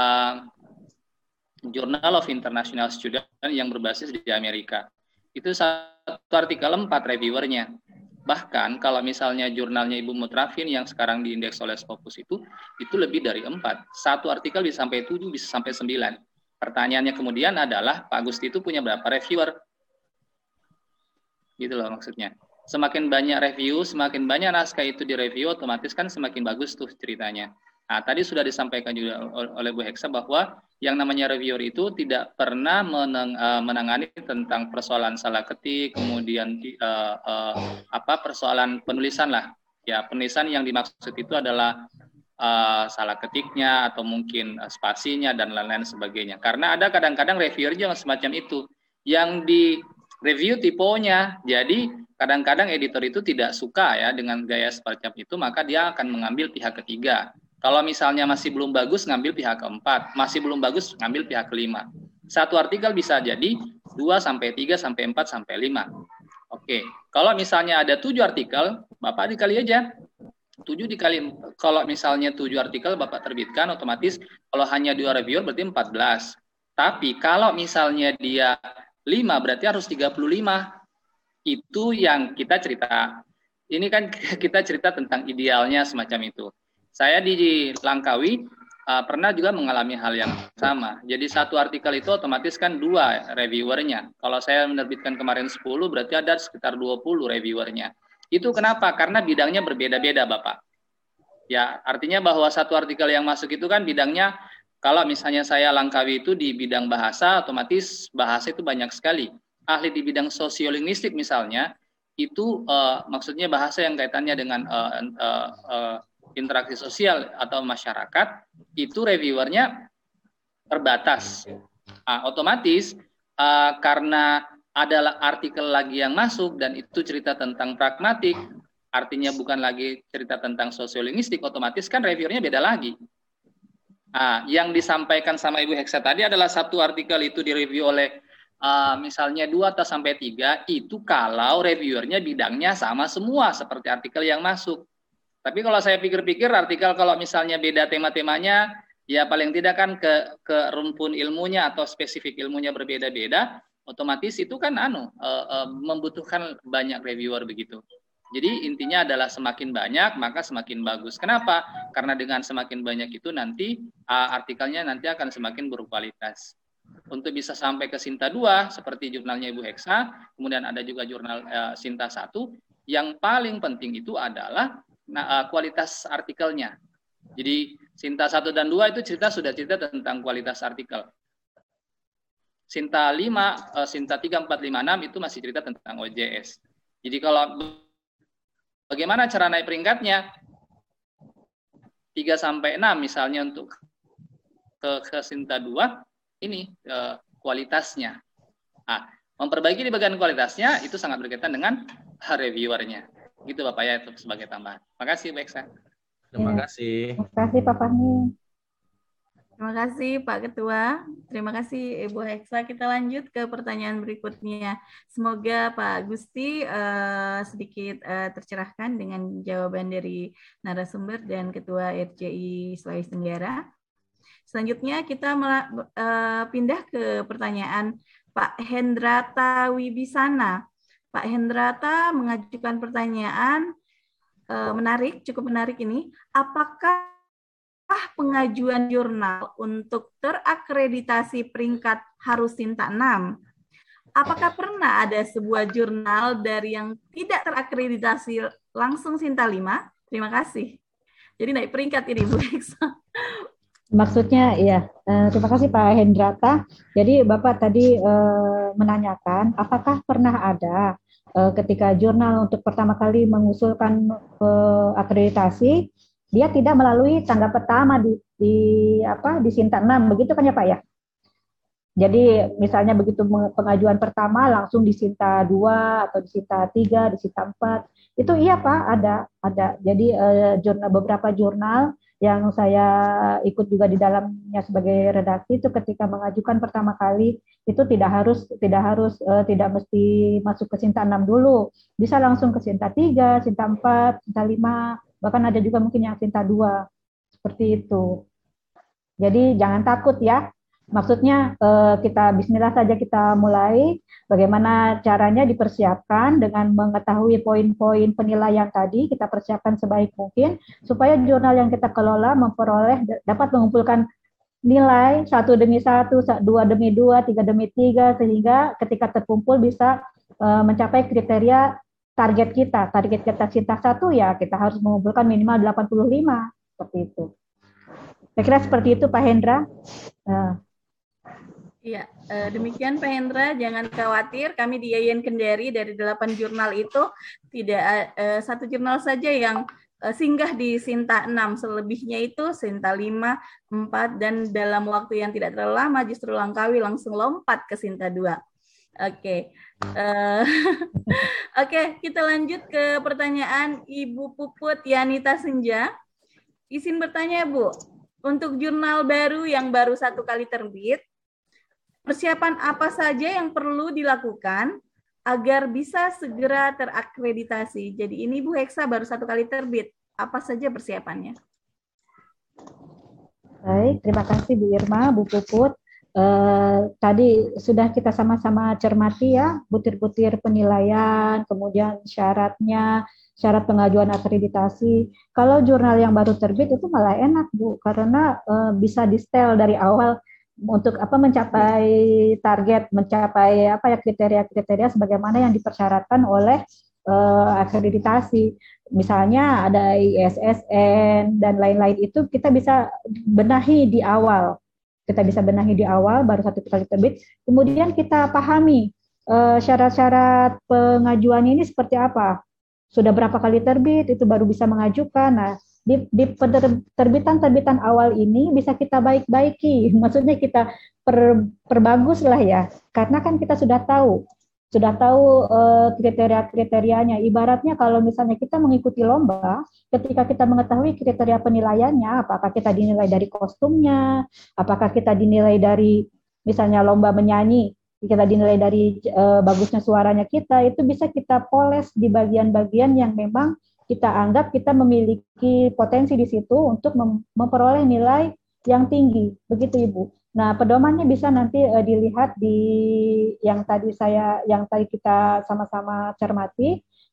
Journal of International Students yang berbasis di Amerika. Itu satu artikel 4 reviewernya. Bahkan kalau misalnya jurnalnya Ibu Mutrafin yang sekarang diindeks oleh Scopus itu lebih dari 4. Satu artikel bisa sampai 7, bisa sampai 9. Pertanyaannya kemudian adalah, Pak Gusti itu punya berapa reviewer? Gitu loh maksudnya. Semakin banyak review, semakin banyak naskah itu direview, otomatis kan semakin bagus tuh ceritanya. Nah, tadi sudah disampaikan juga oleh Bu Heksa bahwa yang namanya reviewer itu tidak pernah menangani tentang persoalan salah ketik, kemudian persoalan penulisan lah. Ya, penulisan yang dimaksud itu adalah salah ketiknya atau mungkin spasinya dan lain-lain sebagainya. Karena ada kadang-kadang reviewer juga semacam itu yang di review tipenya. Jadi kadang-kadang editor itu tidak suka ya dengan gaya semacam itu, maka dia akan mengambil pihak ketiga. Kalau misalnya masih belum bagus, ngambil pihak keempat. Masih belum bagus, ngambil pihak kelima. Satu artikel bisa jadi 2 sampai 3 sampai 4 sampai 5. Oke. Kalau misalnya ada 7 artikel, Bapak dikali aja. 7 dikali, kalau misalnya 7 artikel Bapak terbitkan, otomatis kalau hanya 2 reviewer berarti 14. Tapi kalau misalnya dia 5, berarti harus 35. Itu yang kita cerita. Ini kan kita cerita tentang idealnya semacam itu. Saya di Langkawi pernah juga mengalami hal yang sama. Jadi satu artikel itu otomatis kan 2 reviewernya. Kalau saya menerbitkan kemarin 10, berarti ada sekitar 20 reviewernya. Itu kenapa? Karena bidangnya berbeda-beda, Bapak. Ya, artinya bahwa satu artikel yang masuk itu kan bidangnya, kalau misalnya saya Langkawi itu di bidang bahasa, otomatis bahasa itu banyak sekali. Ahli di bidang sosiolinguistik misalnya, itu maksudnya bahasa yang kaitannya dengan interaksi sosial atau masyarakat, itu reviewernya terbatas. Otomatis karena ada artikel lagi yang masuk dan itu cerita tentang pragmatik, artinya bukan lagi cerita tentang sosiolinguistik, otomatis kan reviewernya beda lagi. Yang disampaikan sama Ibu Heksa tadi adalah satu artikel itu direview oleh misalnya 2 atau sampai 3, itu kalau reviewernya bidangnya sama semua seperti artikel yang masuk. Tapi kalau saya pikir-pikir artikel kalau misalnya beda tema-temanya, ya paling tidak kan ke rumpun ilmunya atau spesifik ilmunya berbeda-beda, otomatis itu kan membutuhkan banyak reviewer begitu. Jadi intinya adalah semakin banyak maka semakin bagus. Kenapa? Karena dengan semakin banyak itu nanti artikelnya nanti akan semakin berkualitas. Untuk bisa sampai ke Sinta 2 seperti jurnalnya Ibu Hexa, kemudian ada juga jurnal Sinta 1, yang paling penting itu adalah kualitas artikelnya. Jadi Sinta 1 dan 2 itu sudah cerita tentang kualitas artikel. Sinta 5, Sinta 3, 4, 5, 6 itu masih cerita tentang OJS. Jadi kalau bagaimana cara naik peringkatnya? 3 sampai 6 misalnya untuk ke Sinta 2 ini kualitasnya. Memperbaiki di bagian kualitasnya itu sangat berkaitan dengan reviewernya. Gitu Bapak ya, itu sebagai tambahan. Makasih Bu Hexa. Terima kasih. Terima kasih Pak Fahmi. Terima kasih Pak Ketua. Terima kasih Ibu Hexa. Kita lanjut ke pertanyaan berikutnya. Semoga Pak Gusti sedikit tercerahkan dengan jawaban dari narasumber dan Ketua RJI Sulawesi Tenggara. Selanjutnya kita pindah ke pertanyaan Pak Hendrata Wibisana. Pak Hendrata mengajukan pertanyaan cukup menarik ini. Apakah pengajuan jurnal untuk terakreditasi peringkat harus Sinta 6? Apakah pernah ada sebuah jurnal dari yang tidak terakreditasi langsung Sinta 5? Terima kasih. Jadi naik peringkat ini Bu Hexa. Maksudnya ya, terima kasih Pak Hendrata. Jadi Bapak tadi menanyakan apakah pernah ada ketika jurnal untuk pertama kali mengusulkan akreditasi, dia tidak melalui tangga pertama di Sinta 6, begitu kan ya Pak ya? Jadi misalnya begitu pengajuan pertama langsung di Sinta 2 atau di Sinta 3, di Sinta 4. Itu iya Pak, ada. Jadi beberapa jurnal yang saya ikut juga di dalamnya sebagai redaksi itu ketika mengajukan pertama kali itu tidak mesti masuk ke Sinta 6 dulu. Bisa langsung ke Sinta 3, Sinta 4, Sinta 5, bahkan ada juga mungkin yang Sinta 2. Seperti itu. Jadi jangan takut ya. Maksudnya kita bismillah saja kita mulai. Bagaimana caranya dipersiapkan dengan mengetahui poin-poin penilaian tadi, kita persiapkan sebaik mungkin supaya jurnal yang kita kelola dapat mengumpulkan nilai 1 demi 1, 2 demi 2, 3 demi 3, sehingga ketika terkumpul bisa mencapai kriteria target kita. Target kita Sinta 1 ya kita harus mengumpulkan minimal 85, seperti itu. Saya kira seperti itu Pak Hendra. Iya, demikian Pak Hendra, jangan khawatir, kami di Yayan Kendari dari 8 jurnal itu tidak satu jurnal saja yang singgah di Sinta 6, selebihnya itu Sinta 5, 4, dan dalam waktu yang tidak terlalu lama justru Langkawi langsung lompat ke Sinta 2. Oke. Oke, kita lanjut ke pertanyaan Ibu Puput Yanita Senja. Izin bertanya Bu, untuk jurnal baru yang baru 1 kali terbit, persiapan apa saja yang perlu dilakukan agar bisa segera terakreditasi? Jadi ini Bu Hexa baru 1 kali terbit. Apa saja persiapannya? Baik, terima kasih Bu Irma, Bu Puput. Tadi sudah kita sama-sama cermati ya, butir-butir penilaian, kemudian syaratnya, syarat pengajuan akreditasi. Kalau jurnal yang baru terbit itu malah enak Bu, karena bisa di-setel dari awal untuk mencapai target, mencapai kriteria-kriteria sebagaimana yang dipersyaratkan oleh akreditasi. Misalnya ada ISSN dan lain-lain itu kita bisa benahi di awal. Baru 1 kali terbit. Kemudian kita pahami syarat-syarat pengajuan ini seperti apa. Sudah berapa kali terbit itu baru bisa mengajukan. Nah, di terbitan awal ini bisa kita baik-baiki, maksudnya kita perbagus lah ya, karena kan kita sudah tahu kriteria-kriterianya. Ibaratnya kalau misalnya kita mengikuti lomba, ketika kita mengetahui kriteria penilaiannya, apakah kita dinilai dari kostumnya, apakah kita dinilai dari misalnya lomba menyanyi, kita dinilai dari bagusnya suaranya kita, itu bisa kita poles di bagian-bagian yang memang kita anggap kita memiliki potensi di situ untuk memperoleh nilai yang tinggi, begitu Ibu. Nah, pedomannya bisa nanti dilihat di yang tadi kita sama-sama cermati.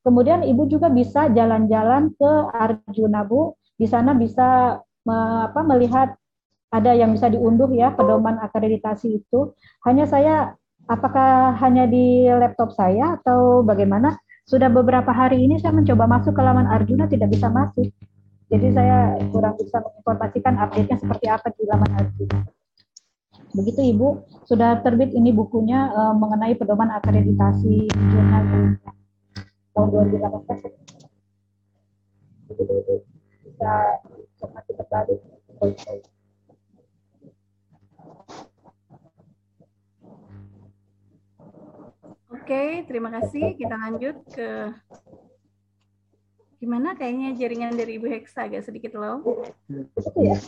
Kemudian Ibu juga bisa jalan-jalan ke Arjuna, Bu. Di sana bisa melihat ada yang bisa diunduh ya, pedoman akreditasi itu. Hanya saya, apakah hanya di laptop saya atau bagaimana? Sudah beberapa hari ini saya mencoba masuk ke laman Arjuna, tidak bisa masuk. Jadi saya kurang bisa menginformasikan update-nya seperti apa di laman Arjuna. Begitu Ibu, sudah terbit ini bukunya mengenai pedoman akreditasi jurnal tahun 2018. Begitu Ibu, bisa cermati kembali. Oke, terima kasih. Kita lanjut ke gimana? Kayaknya jaringan dari Ibu Hexa agak sedikit low. Itu ya.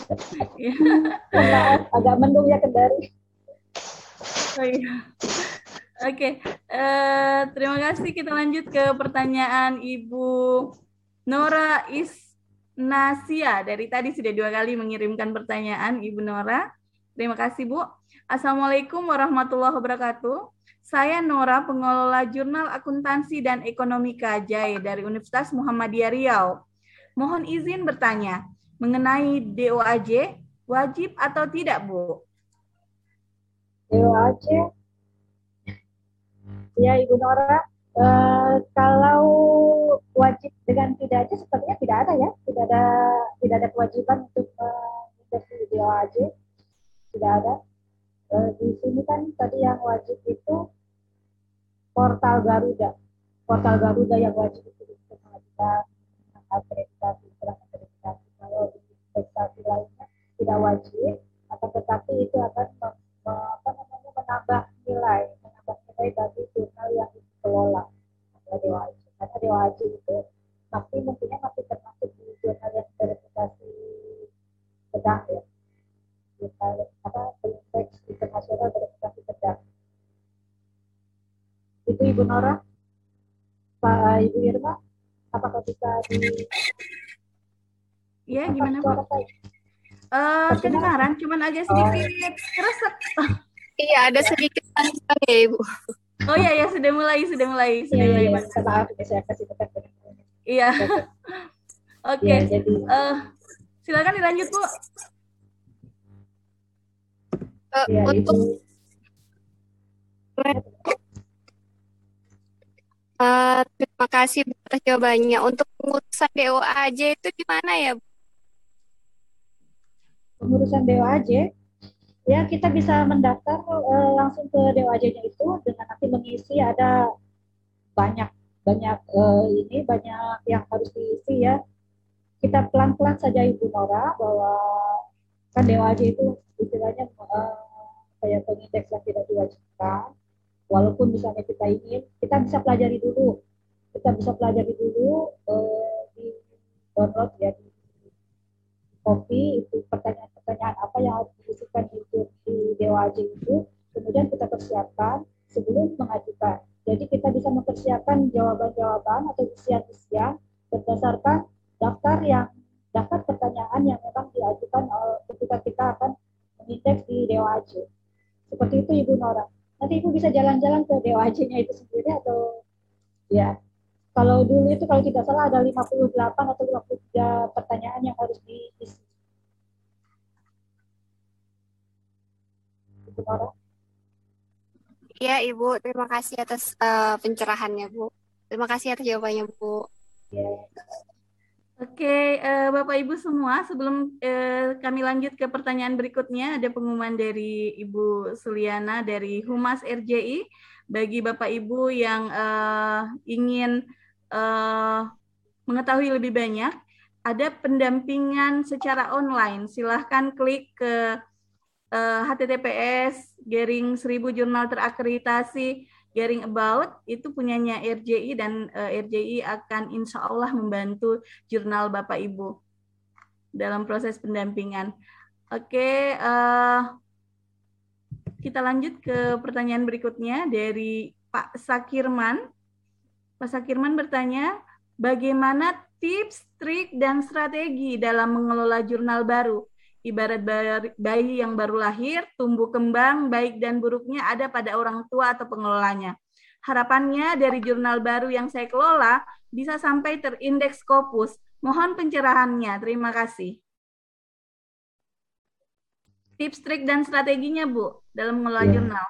Agak mendung ya Kendari. Oh iya. Oke, terima kasih. Kita lanjut ke pertanyaan Ibu Nora Isnasia. Dari tadi sudah 2 kali mengirimkan pertanyaan Ibu Nora. Terima kasih Bu. Assalamualaikum warahmatullahi wabarakatuh. Saya Nora, pengelola Jurnal Akuntansi dan Ekonomi KJ dari Universitas Muhammadiyah Riau. Mohon izin bertanya, mengenai DOAJ, wajib atau tidak, Bu? DOAJ, ya Ibu Nora, kalau wajib dengan tidaknya sepertinya tidak ada ya, tidak ada kewajiban untuk mengikuti DOAJ, tidak ada. Di sini kan tadi yang wajib itu portal Garuda yang wajib itu untuk mengajukan akreditasi, akreditasi. Kalau di investasi lainnya tidak wajib, akan tetapi itu akan menambah nilai bagi jurnal yang dikelola oleh DOAJ. Karena DOAJ itu mestinya masih termasuk di jurnal yang verifikasi sedang ya. Indeks internasional verifikasi sedang. Itu Ibu Nora. Pak Ibu Irma, apakah bisa di... Ya, gimana Bu? Kedengaran, cuman agak sedikit keresek. Iya, ada sedikit panjang ya Ibu. Oh iya, ya sudah mulai. Maaf, saya kasih tekan. Iya. Oke. Ya, jadi... silakan dilanjut Bu. Ya, untuk terima kasih atas jawabannya. Untuk pengurusan DOAJ itu gimana ya, Bu? Pengurusan DOAJ, ya kita bisa mendaftar langsung ke DOAJ-nya itu dengan nanti mengisi, ada banyak yang harus diisi ya. Kita pelan-pelan saja Ibu Nora, bahwa kan DOAJ itu istilahnya kayak pengindeks yang tidak diwajibkan. Walaupun misalnya kita ingin, kita bisa pelajari dulu di download ya, di copy itu pertanyaan apa yang harus diisikan di DOAJ itu, kemudian kita persiapkan sebelum mengajukan. Jadi kita bisa mempersiapkan jawaban-jawaban atau isian-isian berdasarkan daftar pertanyaan yang memang diajukan ketika kita akan mengindeks di DOAJ. Seperti itu Ibu Nora. Nanti Ibu bisa jalan-jalan ke DOAJ-nya itu sendiri atau ya. Kalau dulu itu kalau tidak salah ada 58 atau 53 pertanyaan yang harus diisi. Ibu Nora. Iya Ibu, terima kasih atas pencerahannya Bu. Terima kasih atas jawabannya Bu. Ya. Oke, Bapak Ibu semua, sebelum kami lanjut ke pertanyaan berikutnya, ada pengumuman dari Ibu Suliana dari Humas RJI. Bagi Bapak Ibu yang ingin mengetahui lebih banyak, ada pendampingan secara online. Silahkan klik ke https://1000 jurnal terakreditasi _about, itu punyanya RJI, dan RJI akan insya Allah membantu jurnal Bapak Ibu dalam proses pendampingan. Oke, kita lanjut ke pertanyaan berikutnya dari Pak Sakirman. Pak Sakirman bertanya, bagaimana tips, trik, dan strategi dalam mengelola jurnal baru? Ibarat bayi yang baru lahir, tumbuh kembang, baik dan buruknya ada pada orang tua atau pengelolanya. Harapannya dari jurnal baru yang saya kelola bisa sampai terindeks Scopus. Mohon pencerahannya. Terima kasih. Tips, trik, dan strateginya, Bu, dalam mengelola jurnal.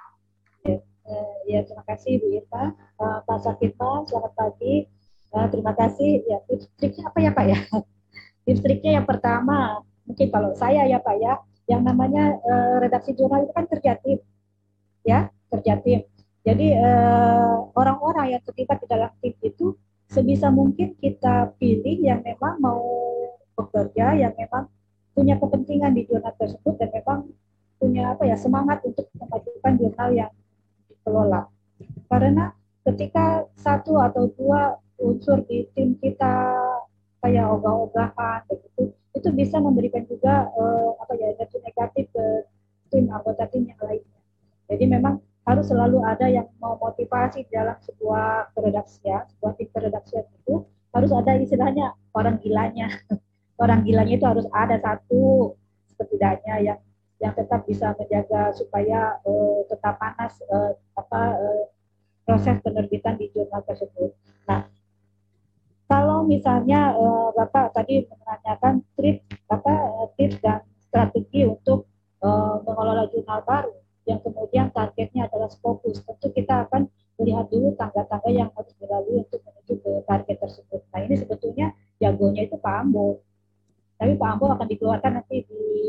Ya, terima kasih Bu Irma. Pak Sakita, selamat pagi. Terima kasih. Ya, tips triknya apa ya Pak ya? Tips triknya yang pertama, mungkin kalau saya ya Pak ya, yang namanya redaksi jurnal itu kan kerja tim, ya, kerja tim. Jadi orang-orang yang terlibat di dalam tim itu sebisa mungkin kita pilih yang memang mau bekerja, yang memang punya kepentingan di jurnal tersebut dan memang punya apa ya semangat untuk memajukan jurnal yang dikelola. Karena ketika satu atau dua unsur di tim kita kayak ogah-ogahan begitu, itu bisa memberikan juga apa ya energi negatif ke tim anggota tim yang lainnya. Jadi memang harus selalu ada yang memotivasi dalam sebuah keredaksian, sebuah tim keredaksian itu harus ada istilahnya orang gilanya. Orang gilanya itu harus ada satu setidaknya yang tetap bisa menjaga supaya tetap panas proses penerbitan di jurnal tersebut. Nah, kalau misalnya Bapak tadi menanyakan tips dan strategi untuk mengelola jurnal baru yang kemudian targetnya adalah Scopus, tentu kita akan melihat dulu tangga-tangga yang harus dilalui untuk menuju ke target tersebut. Nah, ini sebetulnya jagonya itu Pak Ambo. Tapi Pak Ambo akan dikeluarkan nanti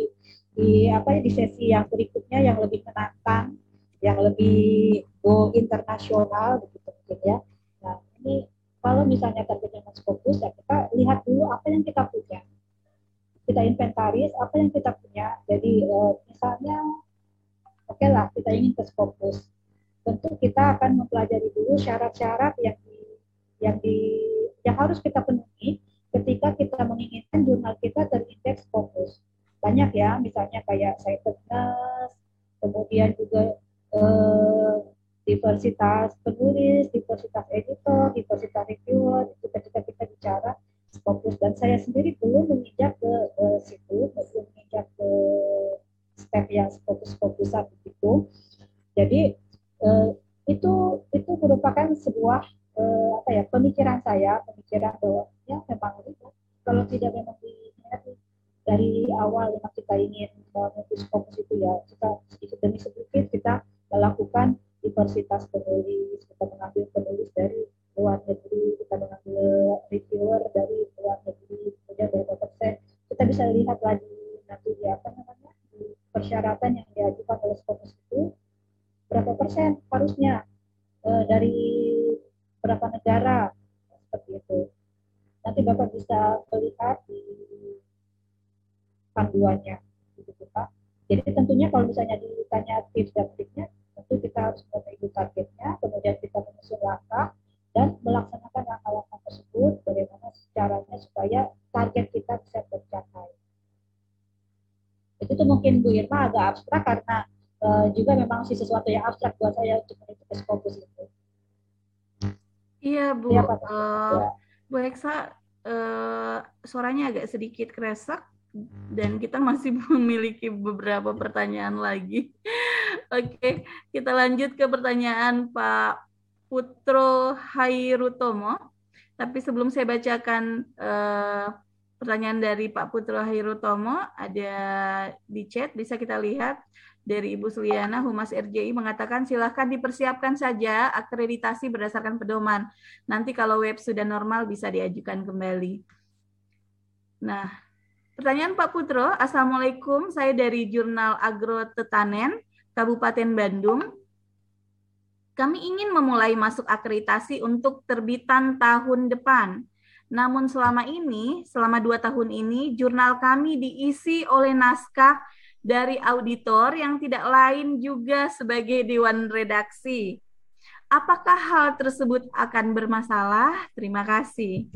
di sesi yang berikutnya yang lebih menantang, yang lebih go internasional begitu mungkin ya. Nah, ini kalau misalnya targetnya Mas Fokus ya kita lihat dulu apa yang kita punya. Kita inventaris apa yang kita punya. Jadi misalnya oke lah kita ingin ke Scopus. Tentu kita akan mempelajari dulu syarat-syarat yang harus kita penuhi ketika kita menginginkan jurnal kita terindeks Scopus. Banyak ya, misalnya kayak sightedness, kemudian juga diversitas penulis, diversitas editor, diversitas reviewer, itu ketika kita bicara Scopus. Dan saya sendiri belum menginjak ke situ, belum menginjak ke step yang Scopus-Scopusan itu. Jadi itu merupakan sebuah pemikiran bahwa ya memang itu kalau tidak memang dari awal memang kita ingin menuju Scopus itu ya kita sedikit demi sedikit kita melakukan diversitas penulis, kita mengambil penulis dari luar negeri, kita mengambil reviewer dari luar negeri, kemudian berapa persen kita bisa lihat lagi nanti di di persyaratan yang diajukan oleh Scopus itu berapa persen harusnya dari berapa negara seperti itu. Nanti Bapak bisa melihat di panduannya, gitu Pak. Jadi tentunya kalau misalnya ditanya tips dan triknya, tentu kita harus memenuhi targetnya, kemudian kita menyusun langkah dan melaksanakan langkah-langkah tersebut bagaimana caranya supaya target kita bisa tercapai. Itu tuh mungkin Bu Irma agak abstrak karena juga memang sih sesuatu yang abstrak buat saya untuk menuju ke Scopus itu. Iya Bu, ya, Bu Heksa suaranya agak sedikit kresek dan kita masih memiliki beberapa pertanyaan lagi. Oke, kita lanjut ke pertanyaan Pak Putro Hairutomo. Tapi sebelum saya bacakan pertanyaan dari Pak Putro Hairutomo, ada di chat, bisa kita lihat dari Ibu Suliana, Humas RJI mengatakan silahkan dipersiapkan saja akreditasi berdasarkan pedoman. Nanti kalau web sudah normal bisa diajukan kembali. Nah, pertanyaan Pak Putro, Assalamualaikum, saya dari Jurnal Agro Tetanen, Kabupaten Bandung. Kami ingin memulai masuk akreditasi untuk terbitan tahun depan. Namun selama 2 tahun ini, jurnal kami diisi oleh naskah dari auditor yang tidak lain juga sebagai dewan redaksi. Apakah hal tersebut akan bermasalah? Terima kasih.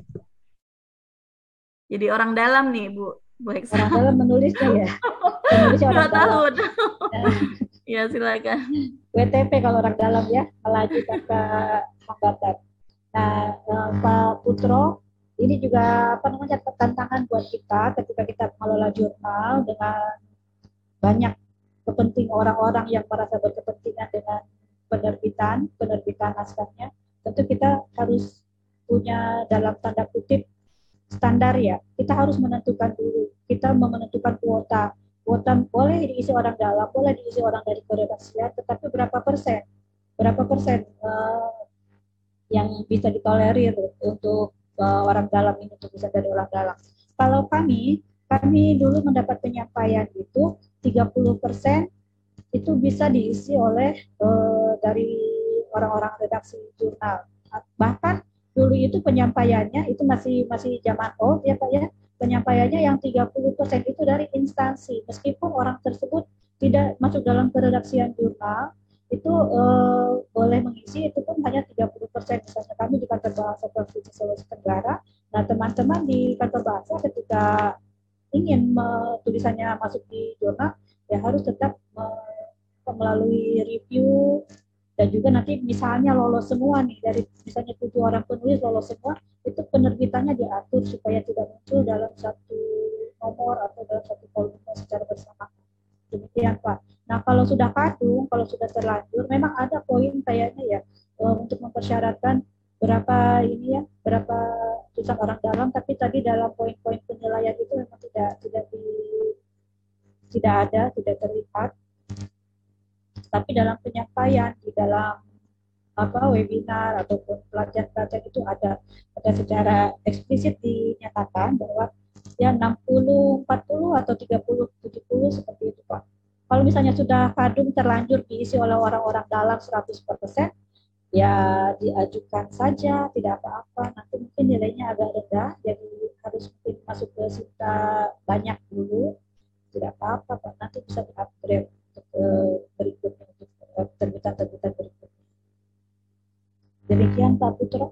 Jadi orang dalam nih, Bu Heksa. Orang dalam menulisnya ya? Menulisnya 2 tahun. Ya, silakan. WTP kalau orang dalam ya, melanjutkan ke hambatan. Nah, Pak Putro, ini juga tantangan buat kita ketika kita mengelola jurnal dengan banyak kepentingan orang-orang yang merasa berkepentingan dengan penerbitan naskahnya, tentu kita harus punya dalam tanda kutip standar ya. Kita harus menentukan dulu. Kita menentukan kuota. Kuota boleh diisi orang dalam, boleh diisi orang dari keredaksian, tetapi berapa persen? Berapa persen yang bisa ditolerir untuk orang dalam ini, untuk bisa dari orang dalam. Kalau kami dulu mendapat penyampaian itu 30% itu bisa diisi oleh dari orang-orang redaksi jurnal. Bahkan dulu itu penyampaiannya itu masih zaman old ya Pak ya. Penyampaiannya yang 30% itu dari instansi. Meskipun orang tersebut tidak masuk dalam keredaksian jurnal, itu boleh mengisi itu pun hanya 30%. Misalnya kami di kantor bahasa Provinsi Sulawesi Tenggara, nah teman-teman di kantor bahasa ketika ingin tulisannya masuk di jurnal, ya harus tetap melalui review, dan juga nanti misalnya lolos semua nih, dari misalnya 7 orang penulis lolos semua, itu penerbitannya diatur supaya tidak muncul dalam satu nomor atau dalam satu volume secara bersamaan. Demikian Pak. Nah kalau sudah kadung, kalau sudah terlanjur, memang ada poin kayaknya ya untuk mempersyaratkan berapa ini ya, berapa tulisan orang dalam, tapi tadi dalam poin-poin penilaian itu memang tidak terlihat. Tapi dalam penyampaian di dalam webinar ataupun pelajaran itu ada secara eksplisit dinyatakan bahwa ya 60 40 atau 30 70 seperti itu Pak. Kalau misalnya sudah kadung terlanjur diisi oleh orang-orang dalam 100%, ya diajukan saja, tidak apa-apa. Nanti mungkin nilainya agak rendah, jadi harus mungkin masuk ke sita banyak dulu, tidak apa-apa Pak. Nanti bisa di-upgrade untuk berikutnya, untuk terbitan-terbitan berikutnya. Demikian Pak Putra.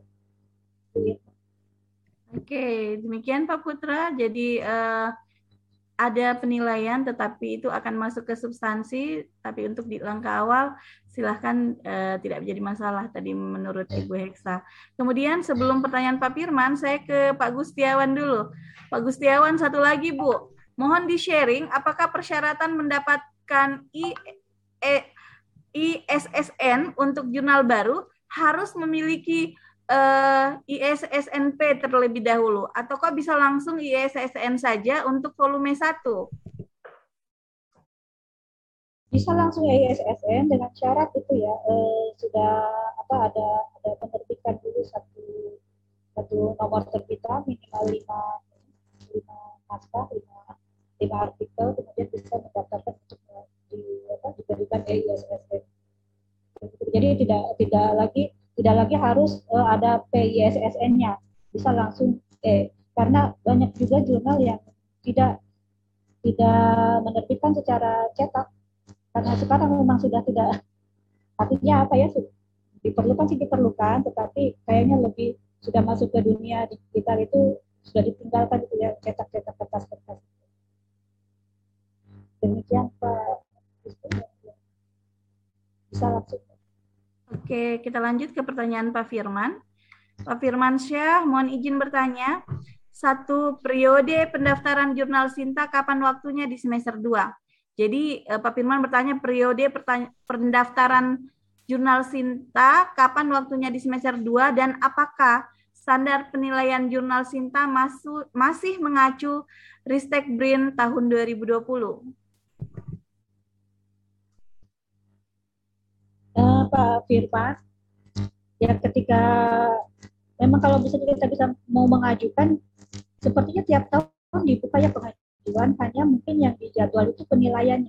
Oke, demikian Pak Putra. Jadi ada penilaian, tetapi itu akan masuk ke substansi. Tapi untuk di langkah awal, silahkan tidak menjadi masalah tadi menurut Ibu Heksa. Kemudian sebelum pertanyaan Pak Firman, saya ke Pak Gustiawan dulu. Pak Gustiawan, satu lagi Bu, mohon di-sharing apakah persyaratan mendapatkan ISSN untuk jurnal baru harus memiliki ISSNP terlebih dahulu, ataukah bisa langsung ISSN saja untuk volume 1? Bisa langsung ISSN dengan syarat itu ya, sudah ada penerbitan dulu satu nomor terbitan minimal 5 naskah, 5 artikel, kemudian bisa mendaftarkan untuk diberikan ISSN. Jadi tidak lagi harus ada PISSN-nya, bisa langsung karena banyak juga jurnal yang tidak menerbitkan secara cetak, karena sekarang memang sudah tidak, artinya apa ya, diperlukan, tetapi kayaknya lebih sudah masuk ke dunia digital, itu sudah ditinggalkan itu ya, cetak-cetak kertas-kertas. Demikian Pak, bisa langsung. Oke, kita lanjut ke pertanyaan Pak Firman. Pak Firman Syah, mohon izin bertanya. 1. Periode pendaftaran jurnal Sinta kapan waktunya di semester 2? Jadi Pak Firman bertanya periode pendaftaran jurnal Sinta kapan waktunya di semester 2, dan apakah standar penilaian jurnal Sinta masih mengacu Ristek BRIN tahun 2020? Pak Firman, ya ketika memang kalau bisa kita bisa mau mengajukan, sepertinya tiap tahun dibuka ya pengajuan, hanya mungkin yang dijadwal itu penilaian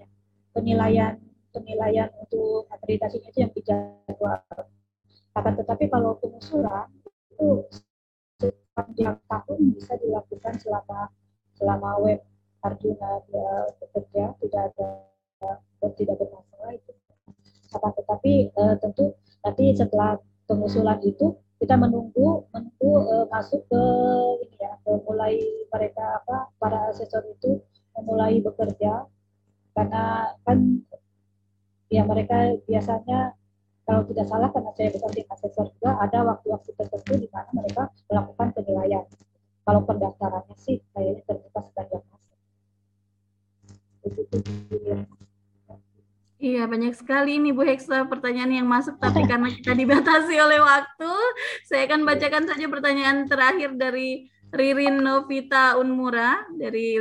untuk akreditasinya itu yang dijadwal. Akan tetapi kalau pengusulan itu setiap tahun bisa dilakukan selama web Arjuna dia bekerja, tidak bermasalah itu. Akan tetapi tentu nanti setelah pengusulan itu kita menunggu masuk ke ini ya, mulai mereka para asesor itu memulai bekerja, karena kan ya mereka biasanya, kalau tidak salah karena saya bukan tim asesor juga, ada waktu-waktu tertentu di mana mereka melakukan penilaian. Kalau pendaftarannya sih kayaknya terbuka sepanjang masa. Iya, banyak sekali ini Bu Hexa pertanyaan yang masuk, tapi karena kita dibatasi oleh waktu, saya akan bacakan saja pertanyaan terakhir dari Ririn Novita Unmura dari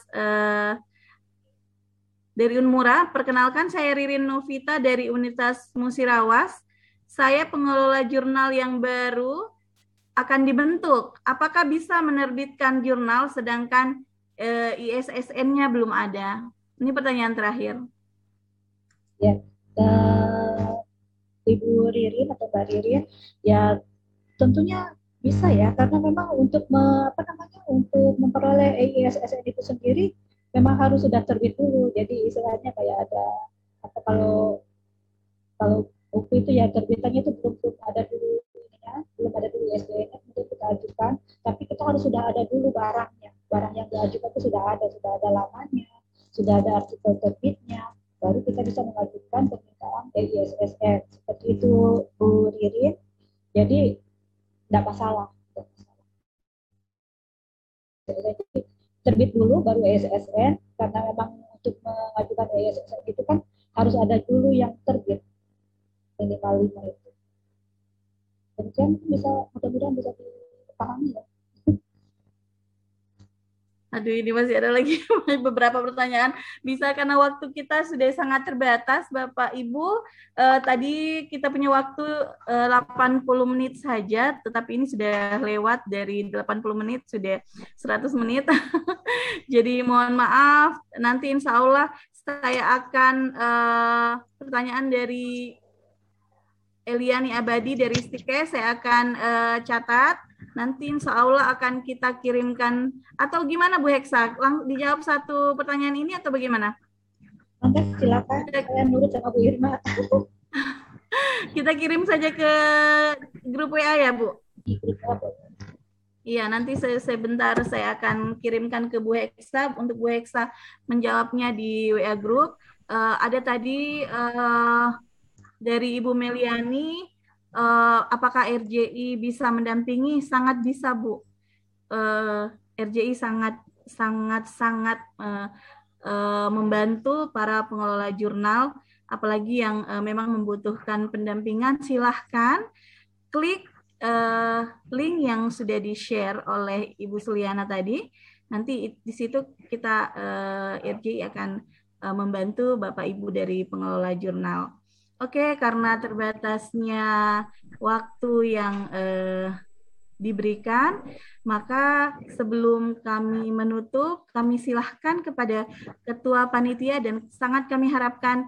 Unmura. Perkenalkan, saya Ririn Novita dari Universitas Musirawas. Saya pengelola jurnal yang baru akan dibentuk. Apakah bisa menerbitkan jurnal sedangkan ISSN-nya belum ada? Ini pertanyaan terakhir. Ya, Ibu Ririn atau Mbak Ririn, ya tentunya bisa ya, karena memang untuk untuk memperoleh ISSN itu sendiri memang harus sudah terbit dulu. Jadi istilahnya kayak ada apa kalau buku itu ya terbitannya itu belum ada dulu ya, belum ada dulu ISBN untuk kita ajukan, tapi kita harus sudah ada dulu barangnya. Barang yang diajukan itu sudah ada lamanya, sudah ada artikel terbitnya, baru kita bisa mengajukan permintaan ISSN. Seperti itu Bu Ririn. Jadi tidak masalah. Jadi terbit dulu baru ISSN, karena memang untuk mengajukan ISSN itu kan harus ada dulu yang terbit minimal 5 itu. Demikian mudah-mudahan bisa dipahami ya. Aduh, ini masih ada lagi beberapa pertanyaan. Bisa karena waktu kita sudah sangat terbatas, Bapak Ibu. Tadi kita punya waktu 80 menit saja, tetapi ini sudah lewat dari 80 menit, sudah 100 menit. Jadi mohon maaf, nanti insya Allah saya akan pertanyaan dari Eliani Abadi dari Stike, saya akan catat. Nanti insya Allah akan kita kirimkan, atau gimana Bu Hexa? Dijawab satu pertanyaan ini atau bagaimana? Maka silakan, saya nurut sama Bu Irma. Kita kirim saja ke grup WA ya Bu? Iya, nanti sebentar saya akan kirimkan ke Bu Hexa untuk Bu Hexa menjawabnya di WA group. Ada tadi dari Ibu Meliani, apakah RJI bisa mendampingi? Sangat bisa, Bu. RJI sangat membantu para pengelola jurnal, apalagi yang memang membutuhkan pendampingan. Silahkan klik link yang sudah di-share oleh Ibu Suliana tadi. Nanti di situ kita RJI akan membantu Bapak Ibu dari pengelola jurnal. Oke, karena terbatasnya waktu yang diberikan, maka sebelum kami menutup, kami silahkan kepada Ketua Panitia dan sangat kami harapkan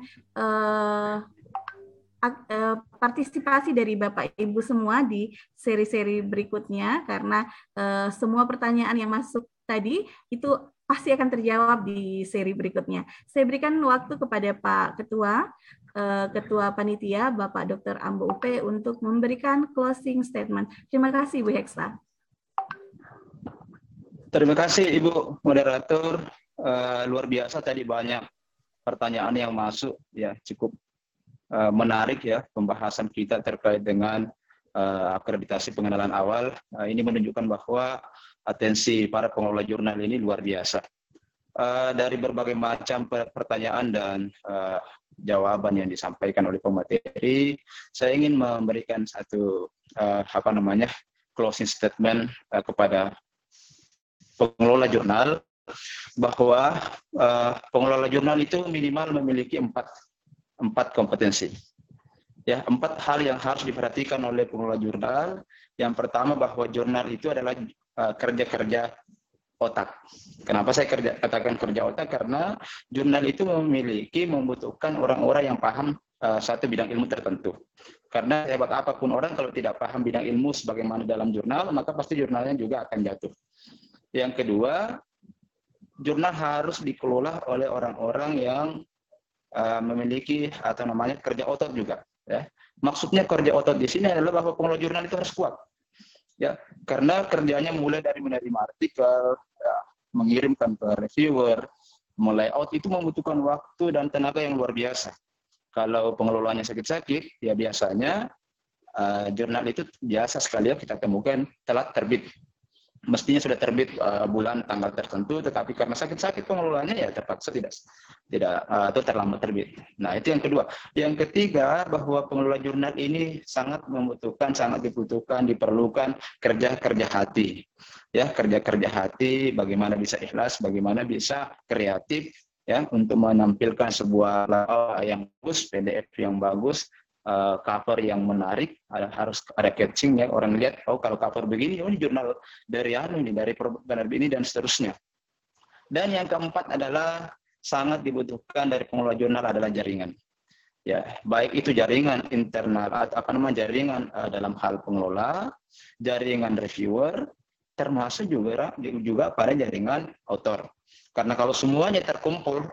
partisipasi dari Bapak Ibu semua di seri-seri berikutnya, karena semua pertanyaan yang masuk tadi itu pasti akan terjawab di seri berikutnya. Saya berikan waktu kepada Pak Ketua Panitia, Bapak Dr. Ambo Upe, untuk memberikan closing statement. Terima kasih, Bu Hexa. Terima kasih, Ibu Moderator. Luar biasa tadi banyak pertanyaan yang masuk, ya cukup menarik ya pembahasan kita terkait dengan akreditasi pengenalan awal. Ini menunjukkan bahwa atensi para pengelola jurnal ini luar biasa. Dari berbagai macam pertanyaan dan jawaban yang disampaikan oleh pemateri, saya ingin memberikan satu closing statement kepada pengelola jurnal, bahwa pengelola jurnal itu minimal memiliki empat kompetensi. Ya, 4 hal yang harus diperhatikan oleh pengelola jurnal. Yang pertama, bahwa jurnal itu adalah kerja-kerja otak. Kenapa saya katakan kerja otak? Karena jurnal itu membutuhkan orang-orang yang paham satu bidang ilmu tertentu. Karena hebat apapun orang, kalau tidak paham bidang ilmu sebagaimana dalam jurnal, maka pasti jurnalnya juga akan jatuh. Yang kedua, jurnal harus dikelola oleh orang-orang yang memiliki atau namanya kerja otot juga. Ya. Maksudnya kerja otot di sini adalah bahwa pengelola jurnal itu harus kuat. Ya, karena kerjanya mulai dari menerima artikel, ya, mengirimkan ke reviewer, melayout, itu membutuhkan waktu dan tenaga yang luar biasa. Kalau pengelolanya sakit-sakit, ya biasanya jurnal itu biasa sekali ya kita temukan telat terbit. mestinya sudah terbit bulan tanggal tertentu, tetapi karena sakit-sakit pengelolanya ya terpaksa tidak atau terlambat terbit. Nah, itu yang kedua. Yang ketiga, bahwa pengelola jurnal ini sangat dibutuhkan, diperlukan kerja hati. Ya, kerja hati, bagaimana bisa ikhlas, bagaimana bisa kreatif ya untuk menampilkan sebuah yang bagus, PDF yang bagus, cover yang menarik, harus ada catching ya, orang lihat kalau cover begini, ini jurnal dari dari penerbit ini dan seterusnya. Dan yang keempat adalah sangat dibutuhkan dari pengelola jurnal adalah jaringan. Ya, baik itu jaringan internal atau jaringan dalam hal pengelola, jaringan reviewer, termasuk juga pada jaringan author. Karena kalau semuanya terkumpul,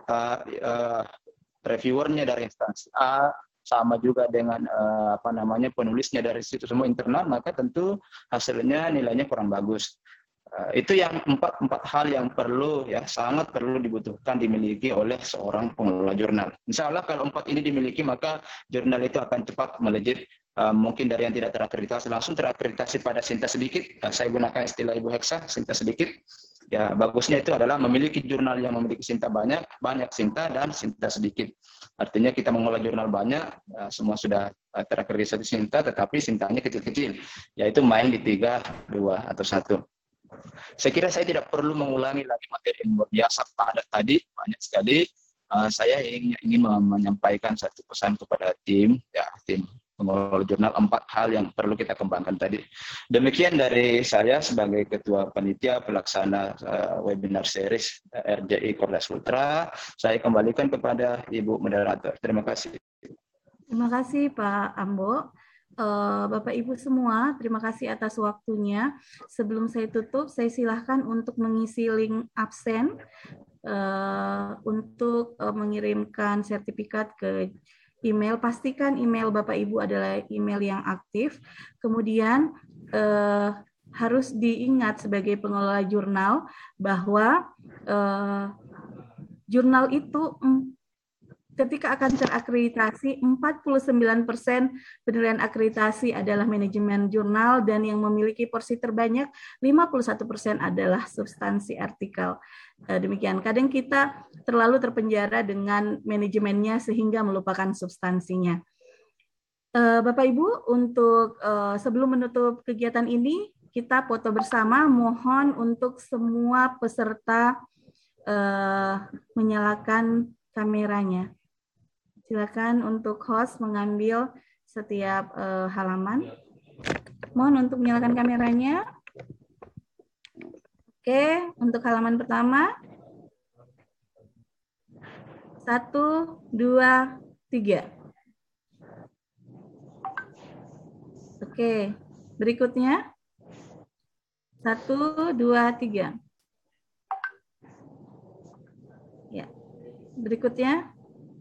reviewernya dari instansi A sama juga dengan penulisnya dari situ semua internal, maka tentu hasilnya nilainya kurang bagus. Itu yang empat hal yang sangat perlu dibutuhkan dimiliki oleh seorang pengelola jurnal. Insya Allah kalau 4 ini dimiliki, maka jurnal itu akan cepat melejit. Mungkin dari yang tidak terakreditasi langsung terakreditasi pada Sinta sedikit. Saya gunakan istilah Ibu Heksa, Sinta sedikit. Ya, bagusnya itu adalah memiliki jurnal yang memiliki Sinta banyak Sinta dan Sinta sedikit. Artinya kita mengelola jurnal banyak, semua sudah terakreditasi Sinta, tetapi Sintanya kecil-kecil, yaitu main di 3, 2, atau 1. Saya kira saya tidak perlu mengulangi lagi materi yang luar biasa padat tadi, banyak sekali. Saya ingin menyampaikan satu pesan kepada tim pengelola jurnal, 4 hal yang perlu kita kembangkan tadi. Demikian dari saya sebagai Ketua Panitia Pelaksana Webinar Series RJI Kordas Ultra. Saya kembalikan kepada Ibu Moderator. Terima kasih. Terima kasih Pak Ambo. Bapak Ibu semua, terima kasih atas waktunya. Sebelum saya tutup, saya silahkan untuk mengisi link absen untuk mengirimkan sertifikat ke email. Pastikan email Bapak Ibu adalah email yang aktif. Kemudian harus diingat sebagai pengelola jurnal bahwa jurnal itu ketika akan terakreditasi, 49% penilaian akreditasi adalah manajemen jurnal, dan yang memiliki porsi terbanyak 51% adalah substansi artikel. Demikian, kadang kita terlalu terpenjara dengan manajemennya sehingga melupakan substansinya. Bapak Ibu, untuk sebelum menutup kegiatan ini, kita foto bersama. Mohon untuk semua peserta menyalakan kameranya. Silakan untuk host mengambil setiap halaman. Mohon untuk menyalakan kameranya. Oke, untuk halaman pertama. 1, 2, 3. Oke, berikutnya. 1, 2, 3. Ya, berikutnya.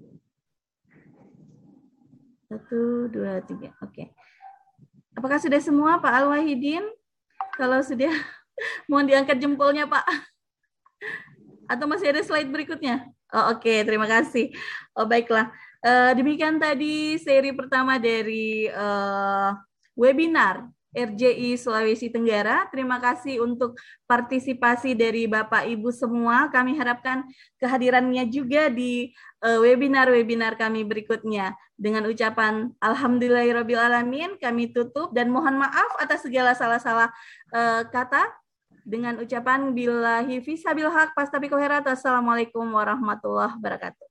1, 2, 3. Oke. Apakah sudah semua, Pak Al-Wahidin? Kalau sudah, mohon diangkat jempolnya, Pak. Atau masih ada slide berikutnya? Oh, oke, terima kasih. Oh, baiklah. Demikian tadi seri pertama dari webinar RJI Sulawesi Tenggara. Terima kasih untuk partisipasi dari Bapak Ibu semua. Kami harapkan kehadirannya juga di webinar-webinar kami berikutnya. Dengan ucapan Alhamdulillahirrabbilalamin, kami tutup dan mohon maaf atas segala salah-salah kata. Dengan ucapan billahi fisabil haq fastabiqul khairat. Wassalamualaikum warahmatullahi wabarakatuh.